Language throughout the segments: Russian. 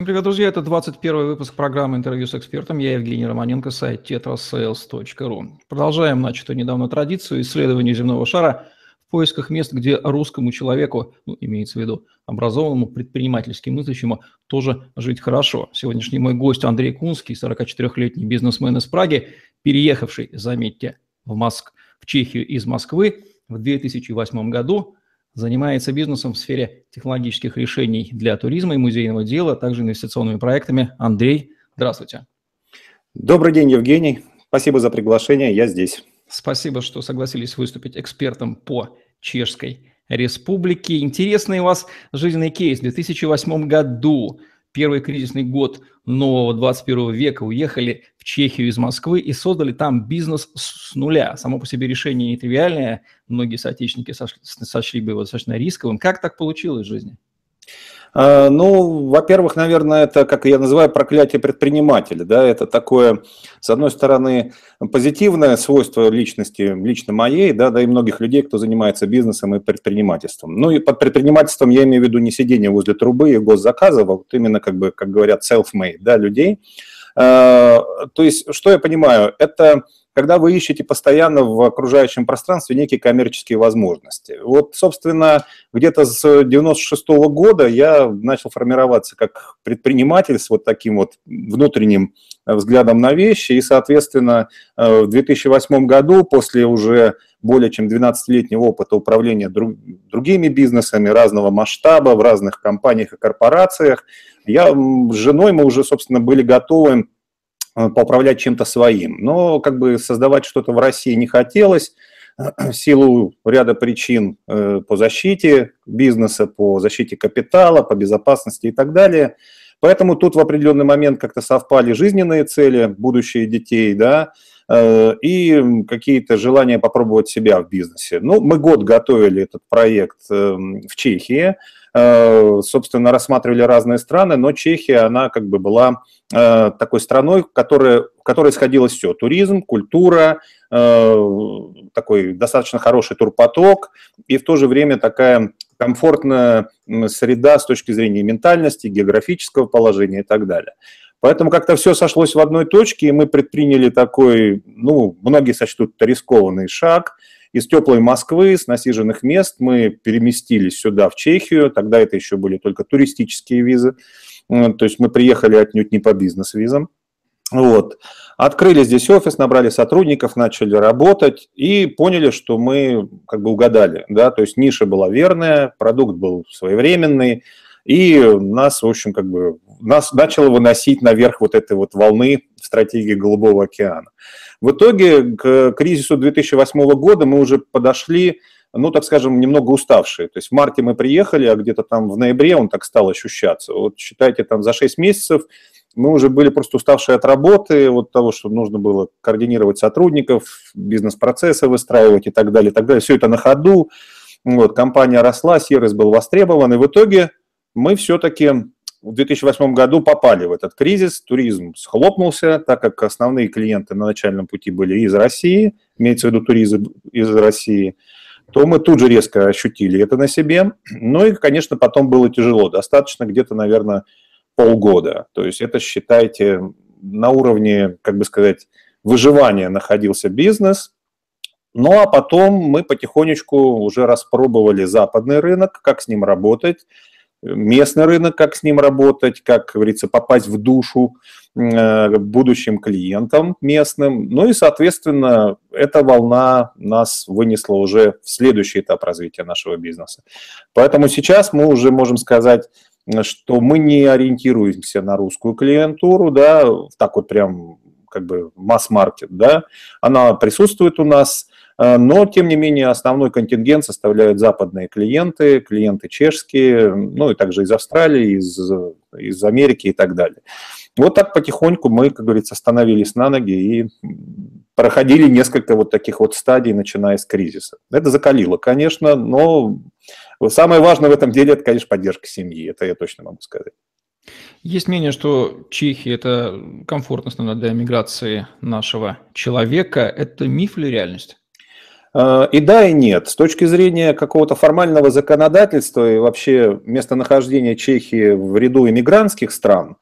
Привет, друзья! Это 21 выпуск программы «Интервью с экспертом». Я Евгений Романенко, сайт tetrasales.ru. Продолжаем начатую недавно традицию исследования земного шара в поисках мест, где русскому человеку, имеется в виду образованному, предпринимательски мыслящему, тоже жить хорошо. Сегодняшний мой гость Андрей Кунский, 44-летний бизнесмен из Праги, переехавший, заметьте, в Чехию из Москвы в 2008 году. Занимается бизнесом в сфере технологических решений для туризма и музейного дела, а также инвестиционными проектами. Андрей, здравствуйте. Добрый день, Евгений. Спасибо за приглашение, я здесь. Спасибо, что согласились выступить экспертом по Чешской Республике. Интересный у вас жизненный кейс. В 2008 году, первый кризисный год нового 21 века, уехали в Чехию из Москвы и создали там бизнес с нуля. Само по себе решение нетривиальное. Многие соотечественники сочли бы его достаточно рисковым. Как так получилось в жизни? Во-первых, наверное, это, как я называю, проклятие предпринимателя. Да? Это такое, с одной стороны, позитивное свойство личности, лично моей, да и многих людей, кто занимается бизнесом и предпринимательством. Ну и под предпринимательством я имею в виду не сидение возле трубы и госзаказов, а вот именно, как говорят, self-made, да, людей. То есть, что я понимаю, это когда вы ищете постоянно в окружающем пространстве некие коммерческие возможности. Вот, собственно, где-то с 1996 года я начал формироваться как предприниматель с вот таким вот внутренним взглядом на вещи. И, соответственно, в 2008 году, после уже более чем 12-летнего опыта управления другими бизнесами разного масштаба в разных компаниях и корпорациях, я с женой, мы уже, собственно, были готовы поуправлять чем-то своим. Но как бы создавать что-то в России не хотелось в силу ряда причин по защите бизнеса, по защите капитала, по безопасности и так далее. Поэтому тут в определенный момент как-то совпали жизненные цели, будущее детей, да, и какие-то желания попробовать себя в бизнесе. Ну, мы год готовили этот проект в Чехии, собственно, рассматривали разные страны, но Чехия, она как бы была такой страной, в которой сходилось все: туризм, культура, такой достаточно хороший турпоток и в то же время такая комфортная среда с точки зрения ментальности, географического положения и так далее. Поэтому как-то все сошлось в одной точке, и мы предприняли такой, многие сочтут это рискованный шаг. Из теплой Москвы, с насиженных мест мы переместились сюда, в Чехию. Тогда это еще были только туристические визы. То есть мы приехали отнюдь не по бизнес-визам. Вот. Открыли здесь офис, набрали сотрудников, начали работать и поняли, что мы как бы угадали. Да? То есть ниша была верная, продукт был своевременный. И нас, в общем, нас начало выносить наверх вот этой вот волны в стратегии Голубого океана. В итоге к кризису 2008 года мы уже подошли, так скажем, немного уставшие. То есть в марте мы приехали, а где-то там в ноябре он так стал ощущаться. Вот считайте, там за 6 месяцев мы уже были просто уставшие от работы, вот того, что нужно было координировать сотрудников, бизнес-процессы выстраивать и так далее, и так далее. Все это на ходу. Вот, компания росла, сервис был востребован, и в итоге мы все-таки в 2008 году попали в этот кризис, туризм схлопнулся, так как основные клиенты на начальном пути были из России, имеется в виду туризм из России, то мы тут же резко ощутили это на себе. Ну и, конечно, потом было тяжело, достаточно где-то, наверное, полгода. То есть это, считайте, на уровне, выживания находился бизнес. Ну а потом мы потихонечку уже распробовали западный рынок, как с ним работать, местный рынок, как с ним работать, как говорится, попасть в душу будущим клиентам местным. Ну и, соответственно, эта волна нас вынесла уже в следующий этап развития нашего бизнеса. Поэтому сейчас мы уже можем сказать, что мы не ориентируемся на русскую клиентуру, да, так вот прям масс-маркет, да, она присутствует у нас. Но, тем не менее, основной контингент составляют западные клиенты, клиенты чешские, и также из Австралии, из Америки и так далее. Вот так потихоньку мы, как говорится, становились на ноги и проходили несколько вот таких вот стадий, начиная с кризиса. Это закалило, конечно, но самое важное в этом деле – это, конечно, поддержка семьи, это я точно могу сказать. Есть мнение, что Чехия – это комфортная страна для миграции нашего человека. Это миф или реальность? И да, и нет. С точки зрения какого-то формального законодательства и вообще местонахождения Чехии в ряду иммигрантских стран,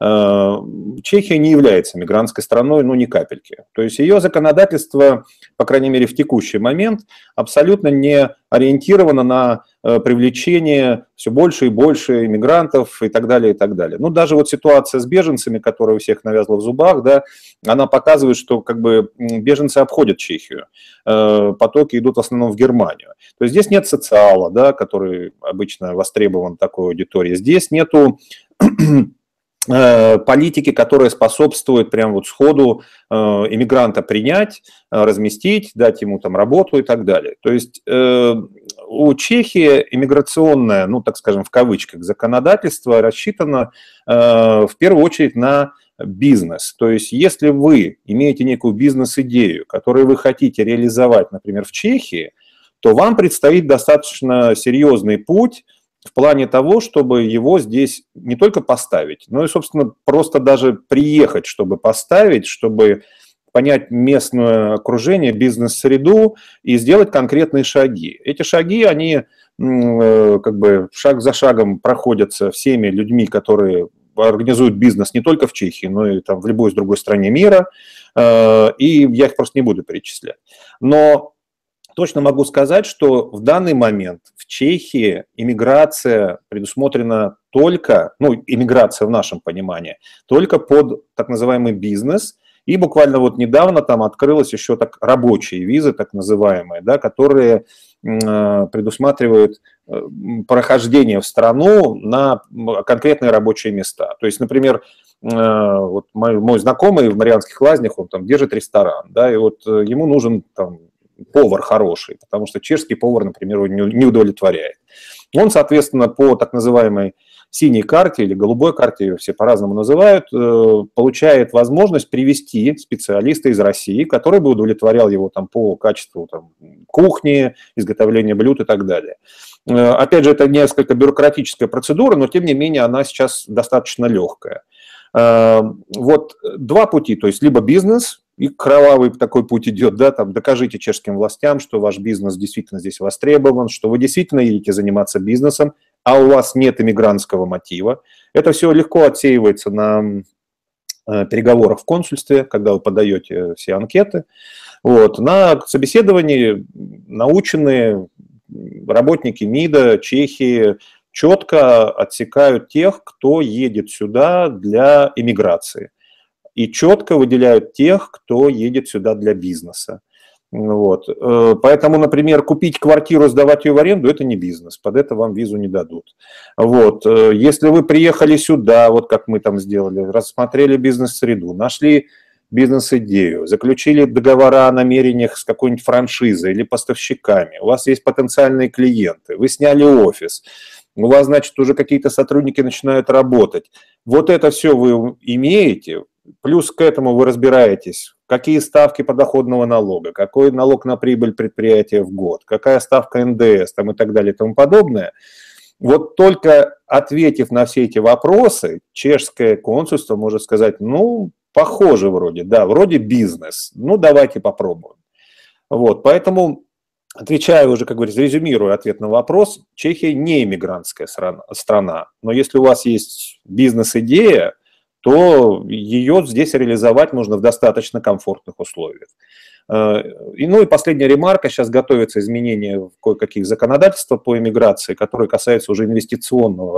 Чехия не является мигрантской страной, ну, ни капельки. То есть ее законодательство, по крайней мере, в текущий момент, абсолютно не ориентировано на привлечение все больше и больше иммигрантов и так далее, и так далее. Ну, даже вот ситуация с беженцами, которая у всех навязла в зубах, да, она показывает, что как бы беженцы обходят Чехию. Потоки идут в основном в Германию. То есть здесь нет социала, да, который обычно востребован такой аудитории. Здесь нету политики, которая способствует прям вот сходу иммигранта принять, разместить, дать ему там работу и так далее. То есть у Чехии иммиграционное, ну так скажем в кавычках, законодательство рассчитано в первую очередь на бизнес. То есть если вы имеете некую бизнес-идею, которую вы хотите реализовать, например, в Чехии, то вам предстоит достаточно серьезный путь в плане того, чтобы его здесь не только поставить, но и, собственно, просто даже приехать, чтобы поставить, чтобы понять местное окружение, бизнес-среду и сделать конкретные шаги. Эти шаги, они как бы шаг за шагом проходятся всеми людьми, которые организуют бизнес не только в Чехии, но и там в любой другой стране мира, и я их просто не буду перечислять. Но точно могу сказать, что в данный момент в Чехии иммиграция предусмотрена только, ну, иммиграция в нашем понимании, только под так называемый бизнес. И буквально вот недавно там открылась еще так рабочие визы, так называемые, да, которые предусматривают прохождение в страну на конкретные рабочие места. То есть, например, вот мой знакомый в Марианских Лазнях, он там держит ресторан, да, и вот ему нужен там повар хороший, потому что чешский повар, например, его не удовлетворяет. Он, соответственно, по так называемой синей карте или голубой карте, ее все по-разному называют, получает возможность привести специалиста из России, который бы удовлетворял его там, по качеству там, кухни, изготовления блюд и так далее. Опять же, это несколько бюрократическая процедура, но тем не менее она сейчас достаточно легкая. Вот два пути, то есть либо бизнес, и кровавый такой путь идет, да, там докажите чешским властям, что ваш бизнес действительно здесь востребован, что вы действительно едете заниматься бизнесом, а у вас нет иммигрантского мотива. Это все легко отсеивается на переговорах в консульстве, когда вы подаете все анкеты. Вот. На собеседовании наученные работники МИДа, Чехии четко отсекают тех, кто едет сюда для иммиграции. И четко выделяют тех, кто едет сюда для бизнеса. Вот. Поэтому, например, купить квартиру, сдавать ее в аренду – это не бизнес, под это вам визу не дадут. Вот. Если вы приехали сюда, вот как мы там сделали, рассмотрели бизнес-среду, нашли бизнес-идею, заключили договора о намерениях с какой-нибудь франшизой или поставщиками, у вас есть потенциальные клиенты, вы сняли офис, у вас, значит, уже какие-то сотрудники начинают работать. Вот это все вы имеете, плюс к этому вы разбираетесь, какие ставки подоходного налога, какой налог на прибыль предприятия в год, какая ставка НДС там, и так далее и тому подобное. Вот только ответив на все эти вопросы, чешское консульство может сказать, ну, похоже вроде, да, вроде бизнес, ну, давайте попробуем. Вот, поэтому, отвечая уже, как говорится, резюмируя ответ на вопрос, Чехия не иммигрантская страна, но если у вас есть бизнес-идея, то ее здесь реализовать можно в достаточно комфортных условиях. Ну и последняя ремарка, сейчас готовятся изменения в кое-каких законодательств по иммиграции, которые касаются уже инвестиционной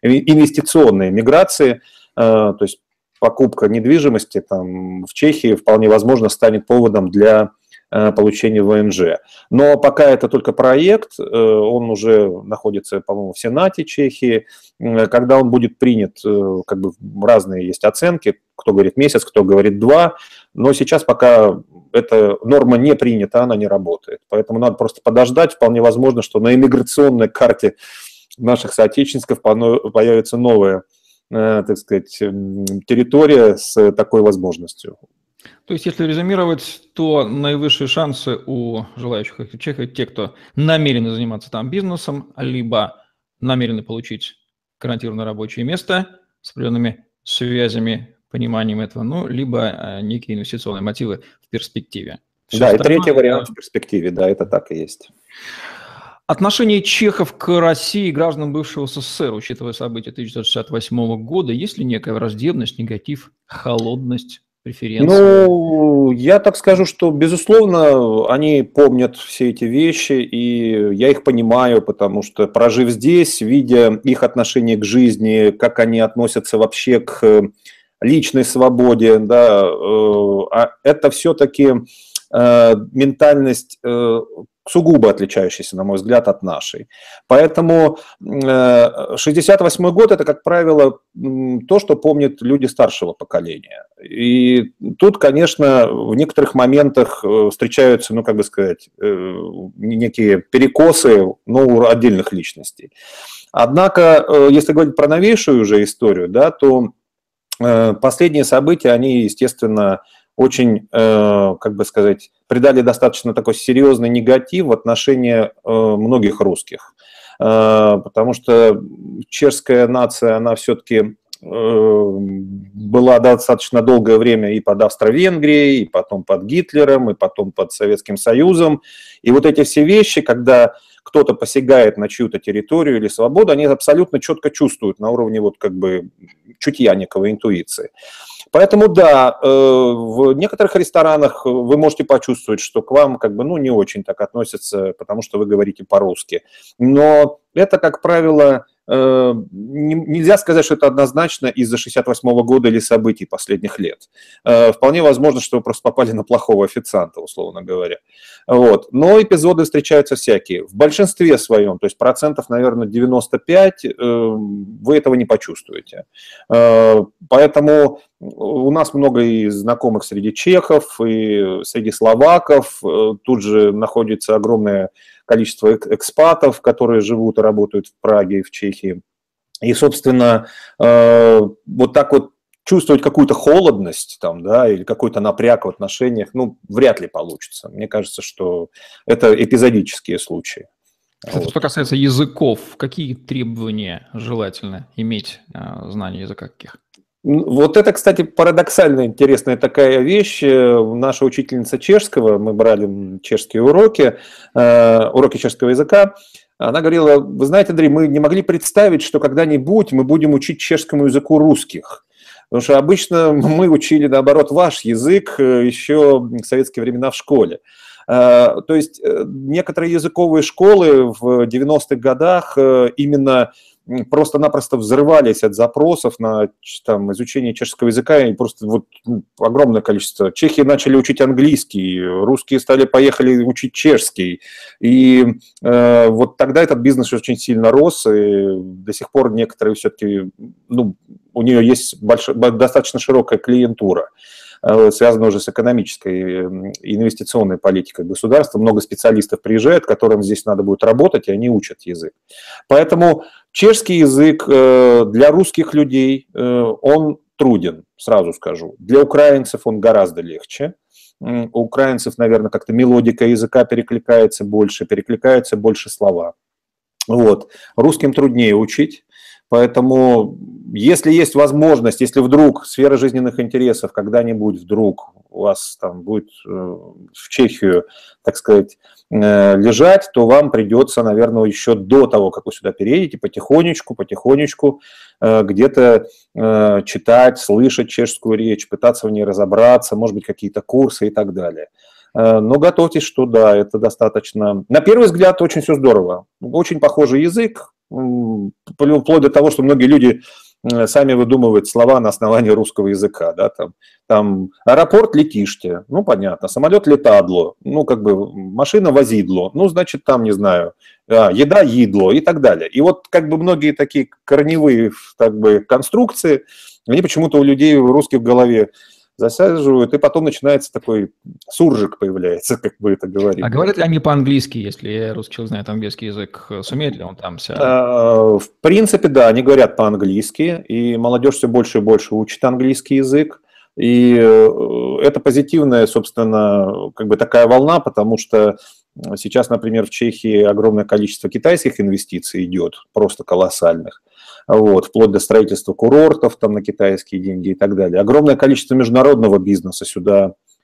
миграции, то есть покупка недвижимости там, в Чехии вполне возможно станет поводом для получения ВНЖ. Но пока это только проект, он уже находится, по-моему, в Сенате Чехии. Когда он будет принят, как бы разные есть оценки, кто говорит месяц, кто говорит 2, но сейчас пока эта норма не принята, она не работает. Поэтому надо просто подождать. Вполне возможно, что на иммиграционной карте наших соотечественников появится новая, так сказать, территория с такой возможностью. То есть, если резюмировать, то наивысшие шансы у желающих Чехии те, кто намерены заниматься там бизнесом, либо намерены получить гарантированное рабочее место с определенными связями, пониманием этого, ну, либо некие инвестиционные мотивы в перспективе. Все Да, и остальное, третий вариант в перспективе, да, это так и есть. Отношение чехов к России и гражданам бывшего СССР, учитывая события 1968 года, есть ли некая враждебность, негатив, холодность, преференции? Ну, я так скажу, что, безусловно, они помнят все эти вещи, и я их понимаю, потому что, прожив здесь, видя их отношение к жизни, как они относятся вообще к личной свободе, да, это все-таки ментальность сугубо отличающаяся, на мой взгляд, от нашей. Поэтому 68-й год – это, как правило, то, что помнят люди старшего поколения. И тут, конечно, в некоторых моментах встречаются, ну, как бы сказать, некие перекосы, ну, у отдельных личностей. Однако, если говорить про новейшую уже историю, да, то последние события, они, естественно, очень, как бы сказать, придали достаточно такой серьезный негатив в отношении многих русских. Потому что чешская нация, она все-таки была достаточно долгое время и под Австро-Венгрией, и потом под Гитлером, и потом под Советским Союзом. И вот эти все вещи, когда кто-то посягает на чью-то территорию или свободу, они абсолютно четко чувствуют на уровне вот как бы чутья некого, интуиции. Поэтому да, в некоторых ресторанах вы можете почувствовать, что к вам как бы, ну, не очень так относятся, потому что вы говорите по-русски. Но это, как правило, нельзя сказать, что это однозначно из-за 68-го года или событий последних лет. Вполне возможно, что вы просто попали на плохого официанта, условно говоря. Вот. Но эпизоды встречаются всякие. В большинстве своем, то есть процентов, наверное, 95, вы этого не почувствуете. Поэтому у нас много и знакомых среди чехов, и среди словаков. Тут же находится огромное количество экспатов, которые живут и работают в Праге и в Чехии. И, собственно, вот так вот чувствовать какую-то холодность там, да, или какой-то напряг в отношениях, ну, вряд ли получится. Мне кажется, что это эпизодические случаи. Кстати, вот. Что касается языков, какие требования желательно иметь, знание языка каких? Вот это, кстати, парадоксально интересная такая вещь. Наша учительница чешского, мы брали чешские уроки, уроки чешского языка, она говорила: вы знаете, Андрей, мы не могли представить, что когда-нибудь мы будем учить чешскому языку русских. Потому что обычно мы учили, наоборот, ваш язык еще в советские времена в школе. То есть некоторые языковые школы в 90-х годах именно просто-напросто взрывались от запросов на там, изучение чешского языка, и просто вот огромное количество. Чехи начали учить английский, русские поехали учить чешский, и вот тогда этот бизнес очень сильно рос, и до сих пор некоторые все-таки, ну, у нее есть достаточно широкая клиентура, связано уже с экономической и инвестиционной политикой государства. Много специалистов приезжают, которым здесь надо будет работать, и они учат язык. Поэтому чешский язык для русских людей, он труден, сразу скажу. Для украинцев он гораздо легче. У украинцев, наверное, как-то мелодика языка перекликаются больше слова. Вот. Русским труднее учить. Поэтому, если есть возможность, если вдруг сфера жизненных интересов когда-нибудь вдруг у вас там будет в Чехию, так сказать, лежать, то вам придется, наверное, еще до того, как вы сюда переедете, потихонечку где-то читать, слышать чешскую речь, пытаться в ней разобраться, может быть, какие-то курсы и так далее. Но готовьтесь, что да, это достаточно... На первый взгляд очень все здорово. Очень похожий язык, вплоть до того, что многие люди сами выдумывают слова на основании русского языка. Да, там аэропорт летишьте, ну понятно, самолет летадло, ну как бы машина возидло, ну значит там, не знаю, еда едло и так далее. И вот как бы многие такие корневые как бы конструкции, они почему-то у людей русских в голове засаживают, и потом начинается такой суржик появляется, как бы это говорили. А говорят ли они по-английски, если русский человек знает английский язык, сумеет ли он там себя? В принципе, да, они говорят по-английски, и молодежь все больше и больше учит английский язык, и это позитивная, собственно, как бы такая волна, потому что сейчас, например, в Чехии огромное количество китайских инвестиций идет, просто колоссальных. Вот, вплоть до строительства курортов там на китайские деньги и так далее. Огромное количество международного бизнеса сюда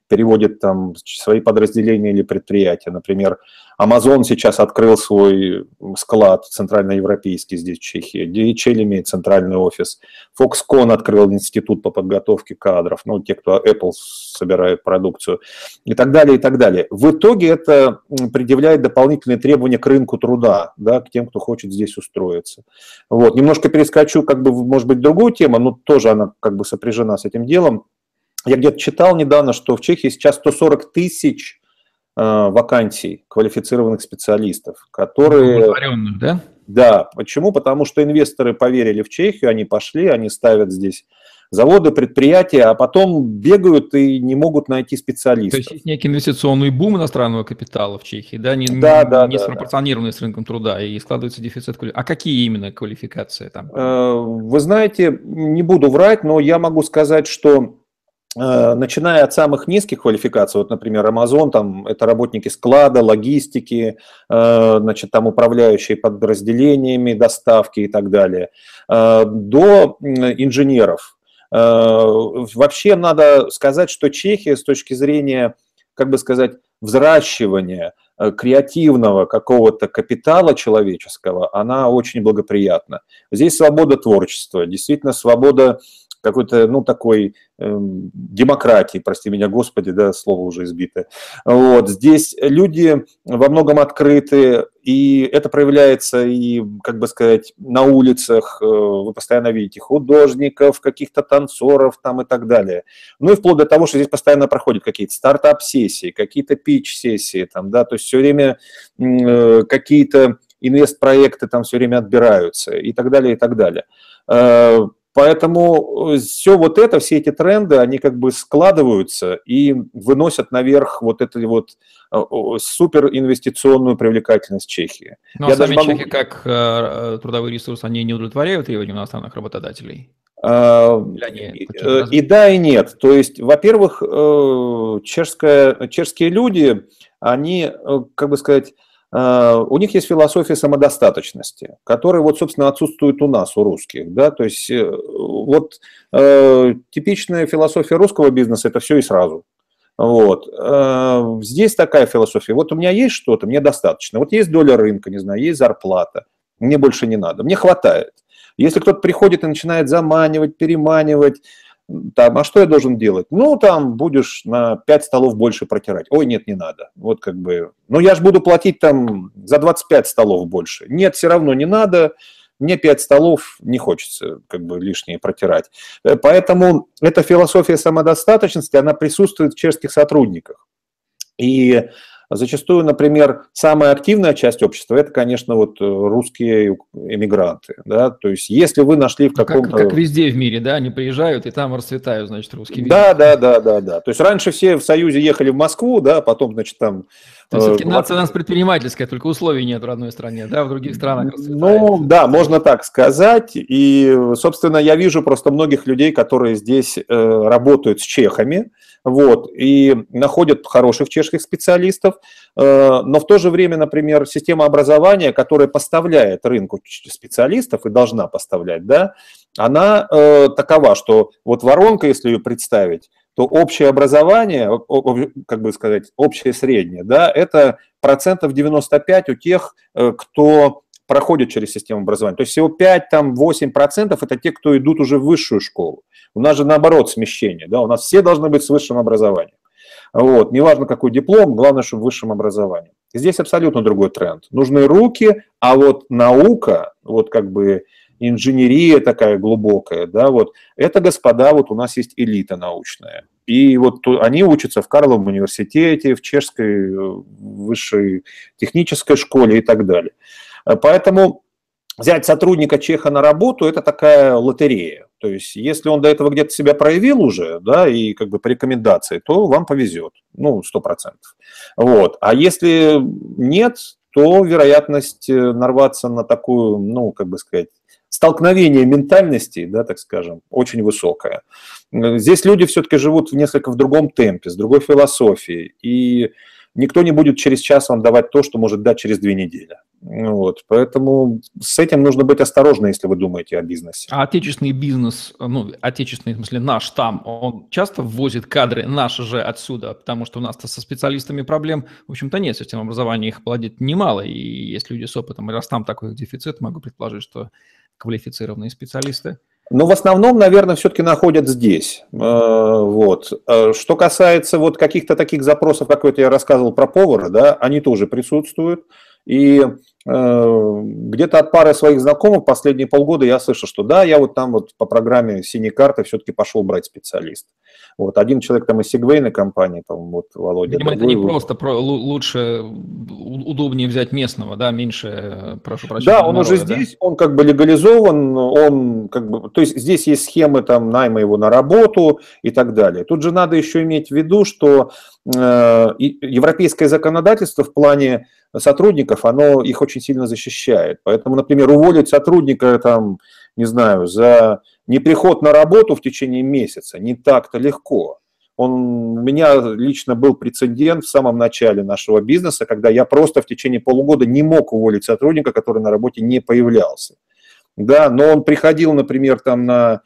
переводит там свои подразделения или предприятия. Например, Amazon сейчас открыл свой склад центральноевропейский здесь, в Чехии. DHL имеет центральный офис. Foxconn открыл институт по подготовке кадров, ну, те, кто Apple собирает продукцию, и так далее, и так далее. В итоге это предъявляет дополнительные требования к рынку труда, да, к тем, кто хочет здесь устроиться. Вот. Немножко перескочу, как бы, может быть, другую тему, но тоже она как бы сопряжена с этим делом. Я где-то читал недавно, что в Чехии сейчас 140 тысяч вакансий квалифицированных специалистов, которые... Да? Да, почему? Потому что инвесторы поверили в Чехию, они пошли, они ставят здесь заводы, предприятия, а потом бегают и не могут найти специалистов. То есть некий инвестиционный бум иностранного капитала в Чехии, да, не спропорционированный с рынком труда, и складывается дефицит квалификации. А какие именно квалификации там? Вы знаете, не буду врать, но я могу сказать, что начиная от самых низких квалификаций, вот, например, Amazon, там, это работники склада, логистики, значит, там, управляющие подразделениями, доставки и так далее, до инженеров. Вообще надо сказать, что Чехия с точки зрения, как бы сказать, взращивания креативного какого-то капитала человеческого, она очень благоприятна. Здесь свобода творчества, действительно свобода какой-то, ну, такой демократии, прости меня, Господи, да, слово уже избитое. Вот. Здесь люди во многом открыты, и это проявляется и, как бы сказать, на улицах, вы постоянно видите художников, каких-то танцоров там и так далее. Ну и вплоть до того, что здесь постоянно проходят какие-то стартап-сессии, какие-то питч-сессии, там, да, то есть все время какие-то инвест-проекты там все время отбираются и так далее, и так далее. Поэтому все вот это, все эти тренды, они как бы складываются и выносят наверх вот эту вот суперинвестиционную привлекательность Чехии. Ну, а сами чехи как трудовой ресурс, они не удовлетворяют требованиям иностранных работодателей? И да, и нет. То есть, во-первых, чешские люди, они, как бы сказать, у них есть философия самодостаточности, которая, вот, собственно, отсутствует у нас, у русских. Да? То есть, вот типичная философия русского бизнеса – это все и сразу. Вот. Здесь такая философия. Вот у меня есть что-то, мне достаточно. Вот есть доля рынка, не знаю, есть зарплата, мне больше не надо, мне хватает. Если кто-то приходит и начинает заманивать, переманивать, там, а что я должен делать? Ну, там будешь на 5 столов больше протирать. Ой, нет, не надо. Вот как бы, ну, я же буду платить там за 25 столов больше. Нет, все равно не надо. Мне 5 столов не хочется как бы лишнее протирать. Поэтому эта философия самодостаточности, она присутствует в чешских сотрудниках. И зачастую, например, самая активная часть общества – это, конечно, вот русские эмигранты. Да? То есть, если вы нашли в каком-то… Как везде в мире, да, они приезжают и там расцветают, значит, русские. Да. То есть, раньше все в Союзе ехали в Москву, да, потом, значит, там… То есть, все-таки нация у нас предпринимательская, только условий нет в родной стране, да, в других странах расцветает. Ну, да, можно так сказать. И, собственно, я вижу просто многих людей, которые здесь работают с чехами, вот, и находят хороших чешских специалистов, но в то же время, например, система образования, которая поставляет рынку специалистов и должна поставлять, да, она такова, что вот воронка, если ее представить, то общее образование, как бы сказать, общее среднее, да, это 95% у тех, кто проходит через систему образования. То есть всего 5-8% это те, кто идут уже в высшую школу. У нас же наоборот смещение, да, у нас все должны быть с высшим образованием. Вот, неважно какой диплом, главное, чтобы в высшем образовании. Здесь абсолютно другой тренд. Нужны руки, а вот наука, вот как бы инженерия такая глубокая, да, вот это, господа, вот у нас есть элита научная. И вот они учатся в Карловом университете, в чешской высшей технической школе и так далее. Поэтому взять сотрудника чеха на работу – это такая лотерея. То есть, если он до этого где-то себя проявил уже, да, и как бы по рекомендации, то вам повезет, ну, 100%. Вот. А если нет, то вероятность нарваться на такую, ну, как бы сказать, столкновение ментальностей, да, так скажем, очень высокое. Здесь люди все-таки живут несколько в другом темпе, с другой философией, и никто не будет через час вам давать то, что может дать через 2 недели. Вот, поэтому с этим нужно быть осторожным, если вы думаете о бизнесе. А отечественный бизнес, ну, отечественный, в смысле наш там, он часто ввозит кадры наши же отсюда, потому что у нас-то со специалистами проблем, в общем-то, нет. Система образования их плодит немало, и есть люди с опытом. И раз там такой дефицит, могу предположить, что квалифицированные специалисты. Но в основном, наверное, все-таки находят здесь. Вот. Что касается вот каких-то таких запросов, как вот я рассказывал про повара, да, они тоже присутствуют. И где-то от пары своих знакомых последние полгода я слышал, что да, я вот там вот по программе «Синей карты» все-таки пошел брать специалиста. Вот один человек там из сегвейной компании, по-моему, вот Володя. Видимо, это не просто лучше, удобнее взять местного, да, меньше, прошу прощения. Да, он народа, уже здесь, да? Он как бы легализован, он как бы, то есть здесь есть схемы там найма его на работу и так далее. Тут же надо еще иметь в виду, что европейское законодательство в плане сотрудников, оно их очень сильно защищает. Поэтому, например, уволить сотрудника там, не знаю, за неприход на работу в течение месяца не так-то легко. У меня лично был прецедент в самом начале нашего бизнеса, когда я просто в течение полугода не мог уволить сотрудника, который на работе не появлялся. Да, но он приходил, например, там на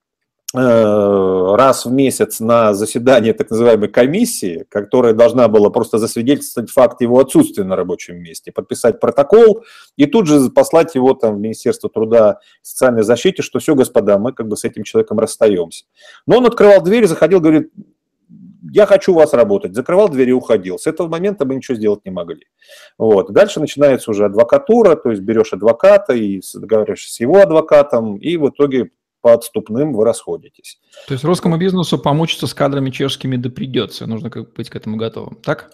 раз в месяц на заседание так называемой комиссии, которая должна была просто засвидетельствовать факт его отсутствия на рабочем месте, подписать протокол и тут же послать его там в Министерство труда и социальной защиты, что все, господа, мы как бы с этим человеком расстаемся. Но он открывал дверь, заходил, говорит: я хочу у вас работать. Закрывал дверь и уходил. С этого момента мы ничего сделать не могли. Вот. Дальше начинается уже адвокатура, то есть берешь адвоката и договариваешься с его адвокатом, и в итоге по отступным вы расходитесь. То есть русскому бизнесу помучиться с кадрами чешскими да придется, нужно быть к этому готовым, так?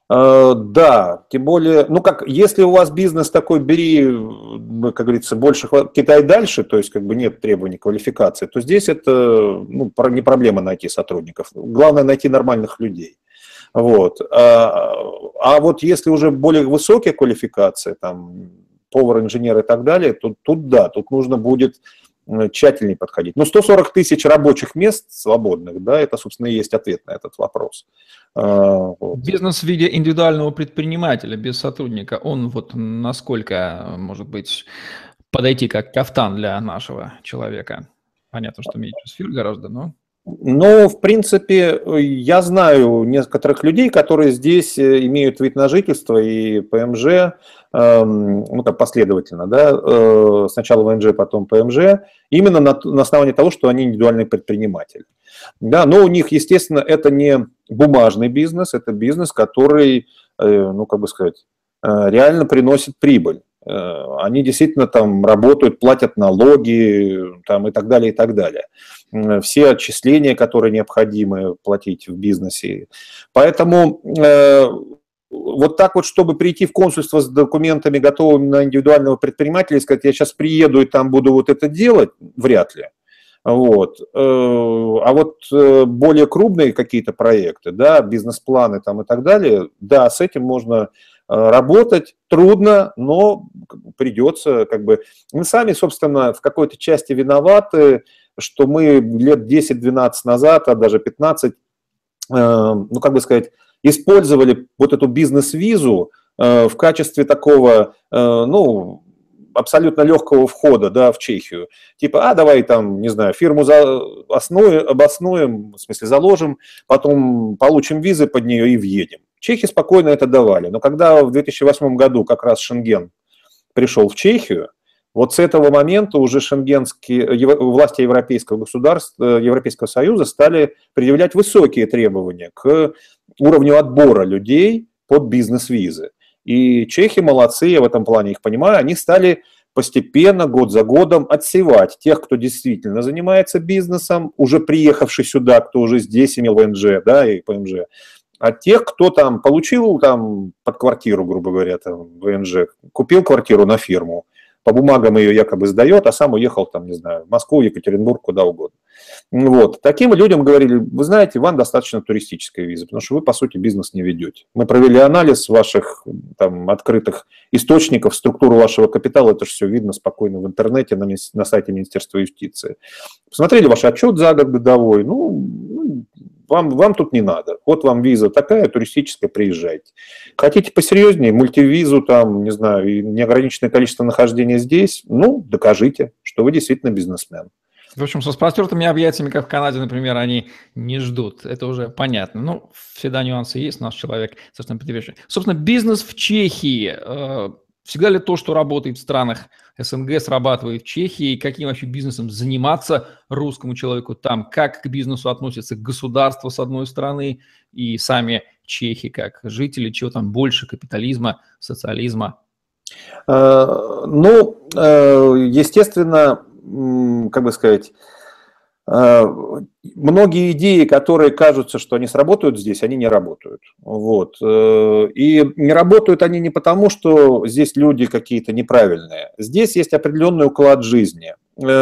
Да, тем более, ну как, если у вас бизнес такой, бери, как говорится, больше Китай дальше, то есть как бы нет требований квалификации, то здесь это не проблема найти сотрудников, главное найти нормальных людей. Вот. А вот если уже более высокие квалификации, там повар, инженер и так далее, тут да, тут нужно будет тщательнее подходить. Но 140 тысяч рабочих мест свободных, да, это, собственно, и есть ответ на этот вопрос. Вот. Бизнес в виде индивидуального предпринимателя без сотрудника, он вот насколько может быть подойти как кафтан для нашего человека? Понятно, что меньше сфер гораздо, но... Ну, в принципе, я знаю некоторых людей, которые здесь имеют вид на жительство и ПМЖ, ну, так последовательно, да, сначала ВНЖ, потом ПМЖ, именно на основании того, что они индивидуальные предприниматели. Да, но у них, естественно, это не бумажный бизнес, это бизнес, который, ну, как бы сказать, реально приносит прибыль. Они действительно там работают, платят налоги там, и так далее, и так далее. Все отчисления, которые необходимы платить в бизнесе. Поэтому вот так вот, чтобы прийти в консульство с документами, готовыми на индивидуального предпринимателя, и сказать: я сейчас приеду и там буду вот это делать, вряд ли. Вот. А вот более крупные какие-то проекты, да, бизнес-планы там и так далее, да, с этим можно работать, трудно, но придется, как бы, мы сами, собственно, в какой-то части виноваты, что мы лет 10-12 назад, а даже 15, ну, как бы сказать, использовали вот эту бизнес-визу в качестве такого, ну, абсолютно легкого входа, да, в Чехию. Типа, давай там, не знаю, фирму обоснуем, в смысле заложим, потом получим визы под нее и въедем. Чехи спокойно это давали. Но когда в 2008 году как раз Шенген пришел в Чехию, вот с этого момента уже власти европейского государства, Европейского Союза стали предъявлять высокие требования к уровню отбора людей под бизнес-визы. И чехи молодцы, я в этом плане их понимаю, они стали постепенно, год за годом отсевать тех, кто действительно занимается бизнесом, уже приехавший сюда, кто уже здесь имел ВНЖ, да, и ПМЖ, а тех, кто там получил там под квартиру, грубо говоря, там, ВНЖ, купил квартиру на фирму, по бумагам ее якобы сдает, а сам уехал там, не знаю, в Москву, Екатеринбург, куда угодно. Вот. Таким людям говорили: вы знаете, вам достаточно туристической визы, потому что вы, по сути, бизнес не ведете. Мы провели анализ ваших там открытых источников, структуру вашего капитала, это же все видно спокойно в интернете, на сайте Министерства юстиции. Посмотрели ваш отчет за год годовой, ну вам тут не надо. Вот вам виза такая, туристическая, приезжайте. Хотите посерьезнее, мультивизу, там, не знаю, и неограниченное количество нахождения здесь, ну, докажите, что вы действительно бизнесмен. В общем, со распростертыми объятиями, как в Канаде, например, они не ждут. Это уже понятно. Ну, всегда нюансы есть, наш человек собственно предвещает. Собственно, бизнес в Чехии. Всегда ли то, что работает в странах СНГ, срабатывает в Чехии? Каким вообще бизнесом заниматься русскому человеку там? Как к бизнесу относится государство, с одной стороны, и сами чехи, как жители, чего там больше, капитализма, социализма? Ну, естественно, как бы сказать, многие идеи, которые кажутся, что они сработают здесь, они не работают. Вот. И не работают они не потому, что здесь люди какие-то неправильные. Здесь есть определенный уклад жизни.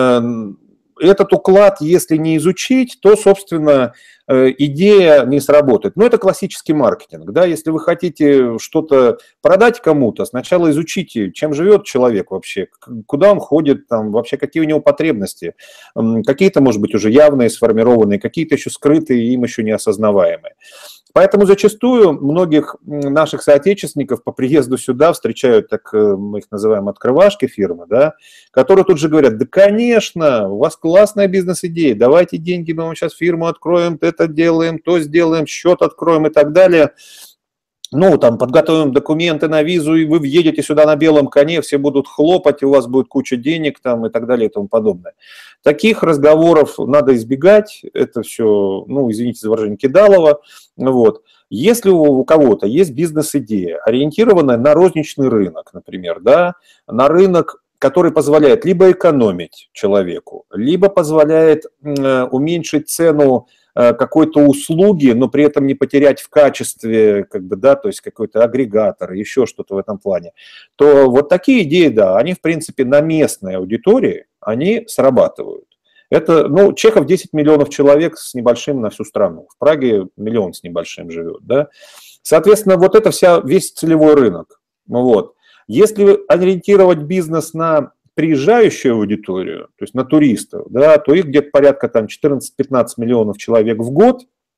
Этот уклад, если не изучить, то, собственно, идея не сработает. Но это классический маркетинг. Да? Если вы хотите что-то продать кому-то, сначала изучите, чем живет человек вообще, куда он ходит, там, вообще какие у него потребности. Какие-то, может быть, уже явные, сформированные, какие-то еще скрытые, им еще не осознаваемые. Поэтому зачастую многих наших соотечественников по приезду сюда встречают, так мы их называем, открывашки фирмы, да, которые тут же говорят: да, конечно, у вас классная бизнес-идея, давайте деньги, мы вам сейчас фирму откроем, это делаем, то сделаем, счет откроем и так далее. Ну, там, подготовим документы на визу, и вы въедете сюда на белом коне, все будут хлопать, и у вас будет куча денег там, и так далее и тому подобное. Таких разговоров надо избегать, это все, ну, извините за выражение, кидалово. Вот. Если у кого-то есть бизнес-идея, ориентированная на розничный рынок, например, да, на рынок, который позволяет либо экономить человеку, либо позволяет уменьшить цену какой-то услуги, но при этом не потерять в качестве, как бы, да, то есть какой-то агрегатор, еще что-то в этом плане, то вот такие идеи, да, они, в принципе, на местной аудитории, они срабатывают. Это, ну, Чехов 10 миллионов человек с небольшим на всю страну. В Праге миллион с небольшим живет, да. Соответственно, вот это весь целевой рынок. Вот. Если ориентировать бизнес на приезжающую аудиторию, то есть на туристов, да, то их где-то порядка там 14-15 миллионов человек в год,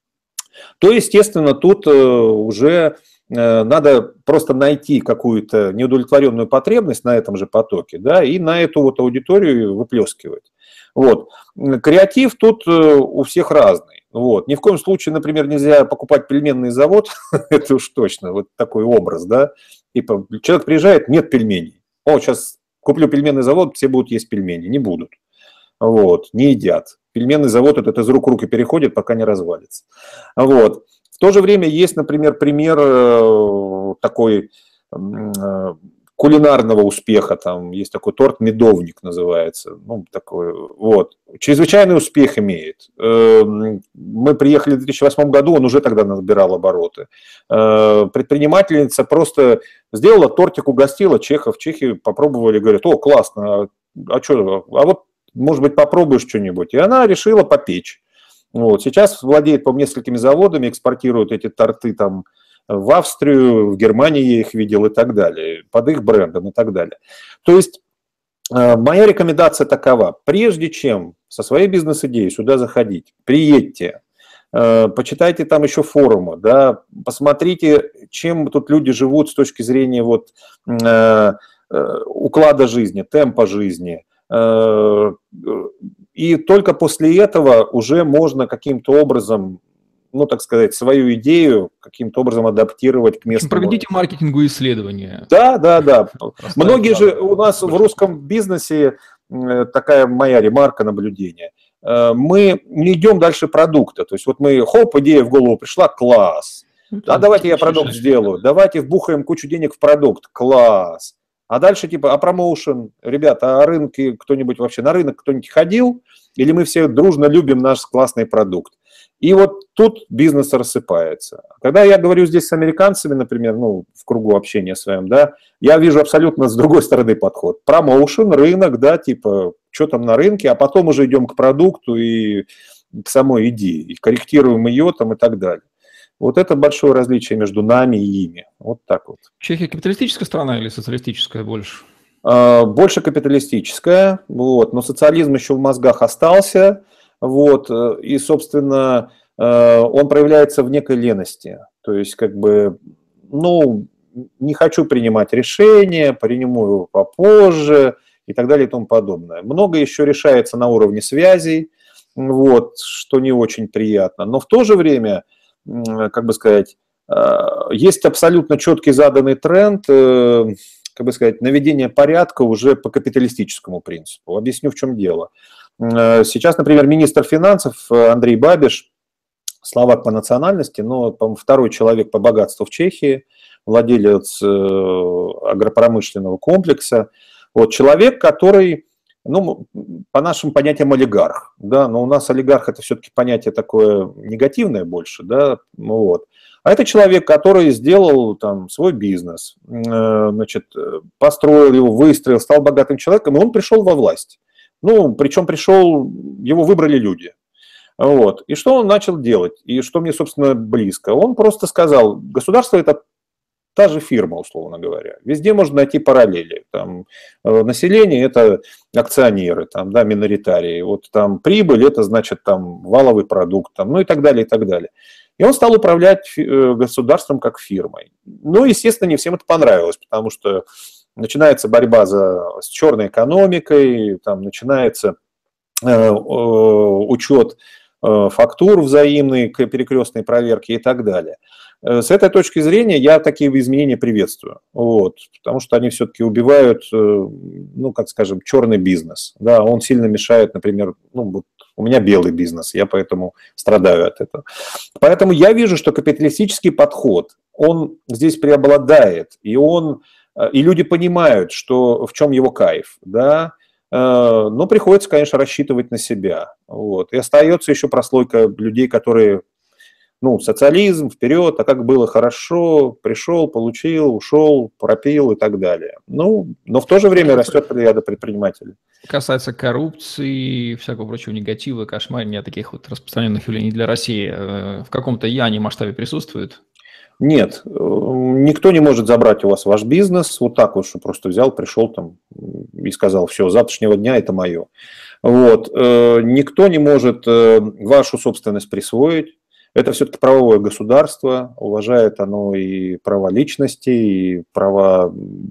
то, естественно, тут уже надо просто найти какую-то неудовлетворенную потребность на этом же потоке, да, и на эту вот аудиторию выплескивать. Вот. Креатив тут у всех разный. Вот. Ни в коем случае, например, нельзя покупать пельменный завод, это уж точно, вот такой образ, да. Типа, человек приезжает, нет пельменей. О, сейчас куплю пельменный завод, все будут есть пельмени. Не будут. Вот, не едят. Пельменный завод этот из рук в руки переходит, пока не развалится. Вот. В то же время есть, например, пример такой кулинарного успеха. Там есть такой торт «Медовник» называется. Ну, такой, вот. Чрезвычайный успех имеет. Мы приехали в 2008 году, он уже тогда набирал обороты. Предпринимательница просто сделала тортик, угостила чехов. Чехи попробовали, говорят: о, классно, а что, а вот, может быть, попробуешь что-нибудь. И она решила попечь. Вот. Сейчас владеет, по несколькими заводами, экспортирует эти торты там в Австрию, в Германии я их видел и так далее, под их брендом и так далее. То есть моя рекомендация такова: прежде чем со своей бизнес-идеей сюда заходить, приедьте, почитайте там еще форумы, да, посмотрите, чем тут люди живут с точки зрения вот, уклада жизни, темпа жизни. И только после этого уже можно каким-то образом, ну, так сказать, свою идею каким-то образом адаптировать к местному. Проведите маркетинговые исследования. Да, да, да. Многие же у нас в русском бизнесе, такая моя ремарка, наблюдение, мы не идем дальше продукта. То есть вот мы, хоп, идея в голову пришла, класс. А давайте я продукт сделаю, давайте вбухаем кучу денег в продукт, класс. А дальше типа, а промоушен, ребята, а рынки, кто-нибудь вообще на рынок кто-нибудь ходил? Или мы все дружно любим наш классный продукт? И вот тут бизнес рассыпается. Когда я говорю здесь с американцами, например, ну, в кругу общения своем, да, я вижу абсолютно с другой стороны подход. Промоушен, рынок, да, типа, что там на рынке, а потом уже идем к продукту и к самой идее, и корректируем ее там и так далее. Вот это большое различие между нами и ими. Вот так вот. Чехия капиталистическая страна или социалистическая больше? Больше капиталистическая, вот, но социализм еще в мозгах остался. Вот, и, собственно, он проявляется в некой лености. То есть, как бы, ну, не хочу принимать решения, приму его попозже и так далее и тому подобное. Много еще решается на уровне связей, вот, что не очень приятно. Но в то же время, как бы сказать, есть абсолютно четкий заданный тренд, как бы сказать, наведения порядка уже по капиталистическому принципу. Объясню, в чем дело. Сейчас, например, министр финансов Андрей Бабиш, словак по национальности, но, по-моему, второй человек по богатству в Чехии, владелец агропромышленного комплекса. Вот, человек, который, ну, по нашим понятиям, олигарх. Да, но у нас олигарх – это все-таки понятие такое негативное больше. Да, вот. А это человек, который сделал там свой бизнес, значит, построил его, выстроил, стал богатым человеком, и он пришел во власть. Ну, причем пришел, его выбрали люди. Вот. И что он начал делать? И что мне, собственно, близко? Он просто сказал, государство – это та же фирма, условно говоря. Везде можно найти параллели. Там, население – это акционеры, там, да, миноритарии. Вот там прибыль – это, значит, там, валовый продукт, там, ну и так далее, и так далее. И он стал управлять государством как фирмой. Ну, естественно, не всем это понравилось, потому что начинается борьба с черной экономикой, там начинается учет фактур взаимной, перекрестной проверки и так далее. С этой точки зрения я такие изменения приветствую, вот, потому что они все-таки убивают, ну, как скажем, черный бизнес. Да, он сильно мешает, например, ну, вот у меня белый бизнес, я поэтому страдаю от этого. Поэтому я вижу, что капиталистический подход, он здесь преобладает, и люди понимают, что, в чем его кайф, да. Но приходится, конечно, рассчитывать на себя. Вот. И остается еще прослойка людей, которые, ну, социализм, вперед, а как было хорошо, пришел, получил, ушел, пропил и так далее. Ну, но в то же время растет плеяда предпринимателей. Касается коррупции и всякого прочего негатива, кошмарения, таких вот распространенных явлений для России, в каком-то масштабе присутствует? Нет, никто не может забрать у вас ваш бизнес вот так вот, что просто взял, пришел там и сказал, все, с завтрашнего дня это мое. Вот. Никто не может вашу собственность присвоить. Это все-таки правовое государство, уважает оно и права личности, и права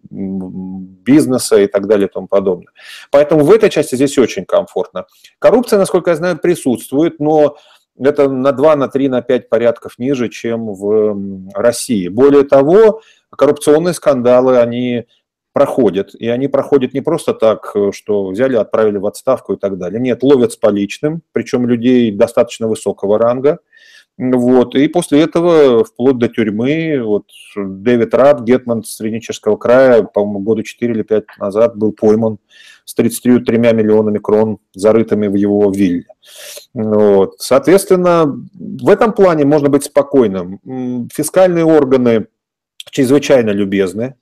бизнеса и так далее и тому подобное. Поэтому в этой части здесь очень комфортно. Коррупция, насколько я знаю, присутствует, но это на 2, на 3, на 5 порядков ниже, чем в России. Более того, коррупционные скандалы, они проходят. И они проходят не просто так, что взяли, отправили в отставку и так далее. Нет, ловят с поличным, причем людей достаточно высокого ранга. Вот. И после этого вплоть до тюрьмы, вот Дэвид Раб, гетман Среднечешского края, по-моему, года 4 или 5 назад был пойман с 33 миллионами крон, зарытыми в его вилле. Вот. Соответственно, в этом плане можно быть спокойным. Фискальные органы чрезвычайно любезны.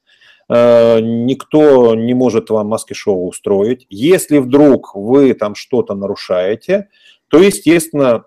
Никто не может вам маски-шоу устроить. Если вдруг вы там что-то нарушаете, то, естественно,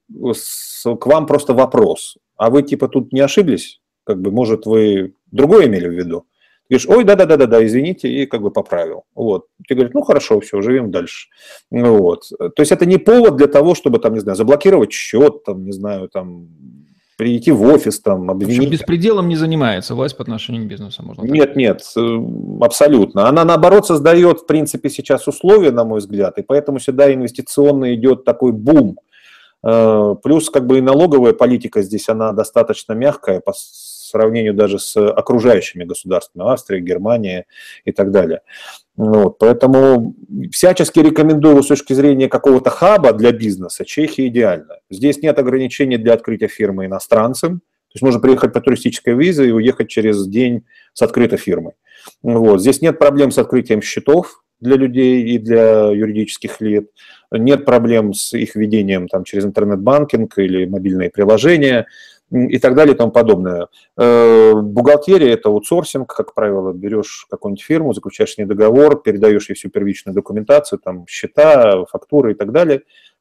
к вам просто вопрос. А вы типа тут не ошиблись? Как бы, может, вы другое имели в виду? Ты говоришь, ой, да, извините, и как бы поправил. Вот. Ты говоришь, ну хорошо, все, живем дальше. Вот. То есть это не повод для того, чтобы там, не знаю, заблокировать счет, там, не знаю, там, прийти в офис, там, обвинить. В общем, беспределом не занимается власть по отношению к бизнесу, можно так? Нет, абсолютно. Она, наоборот, создает, в принципе, сейчас условия, на мой взгляд, и поэтому сюда инвестиционно идет такой бум. Плюс, как бы, и налоговая политика здесь, она достаточно мягкая по сравнению даже с окружающими государствами, Австрия, Германия и так далее. Вот, поэтому всячески рекомендую с точки зрения какого-то хаба для бизнеса Чехия идеально. Здесь нет ограничений для открытия фирмы иностранцам. То есть можно приехать по туристической визе и уехать через день с открытой фирмой. Вот. Здесь нет проблем с открытием счетов для людей и для юридических лиц. Нет проблем с их ведением там, через интернет-банкинг или мобильные приложения и так далее и тому подобное. Бухгалтерия – это аутсорсинг, как правило, берешь какую-нибудь фирму, заключаешь с ней договор, передаешь ей всю первичную документацию, там, счета, фактуры и так далее.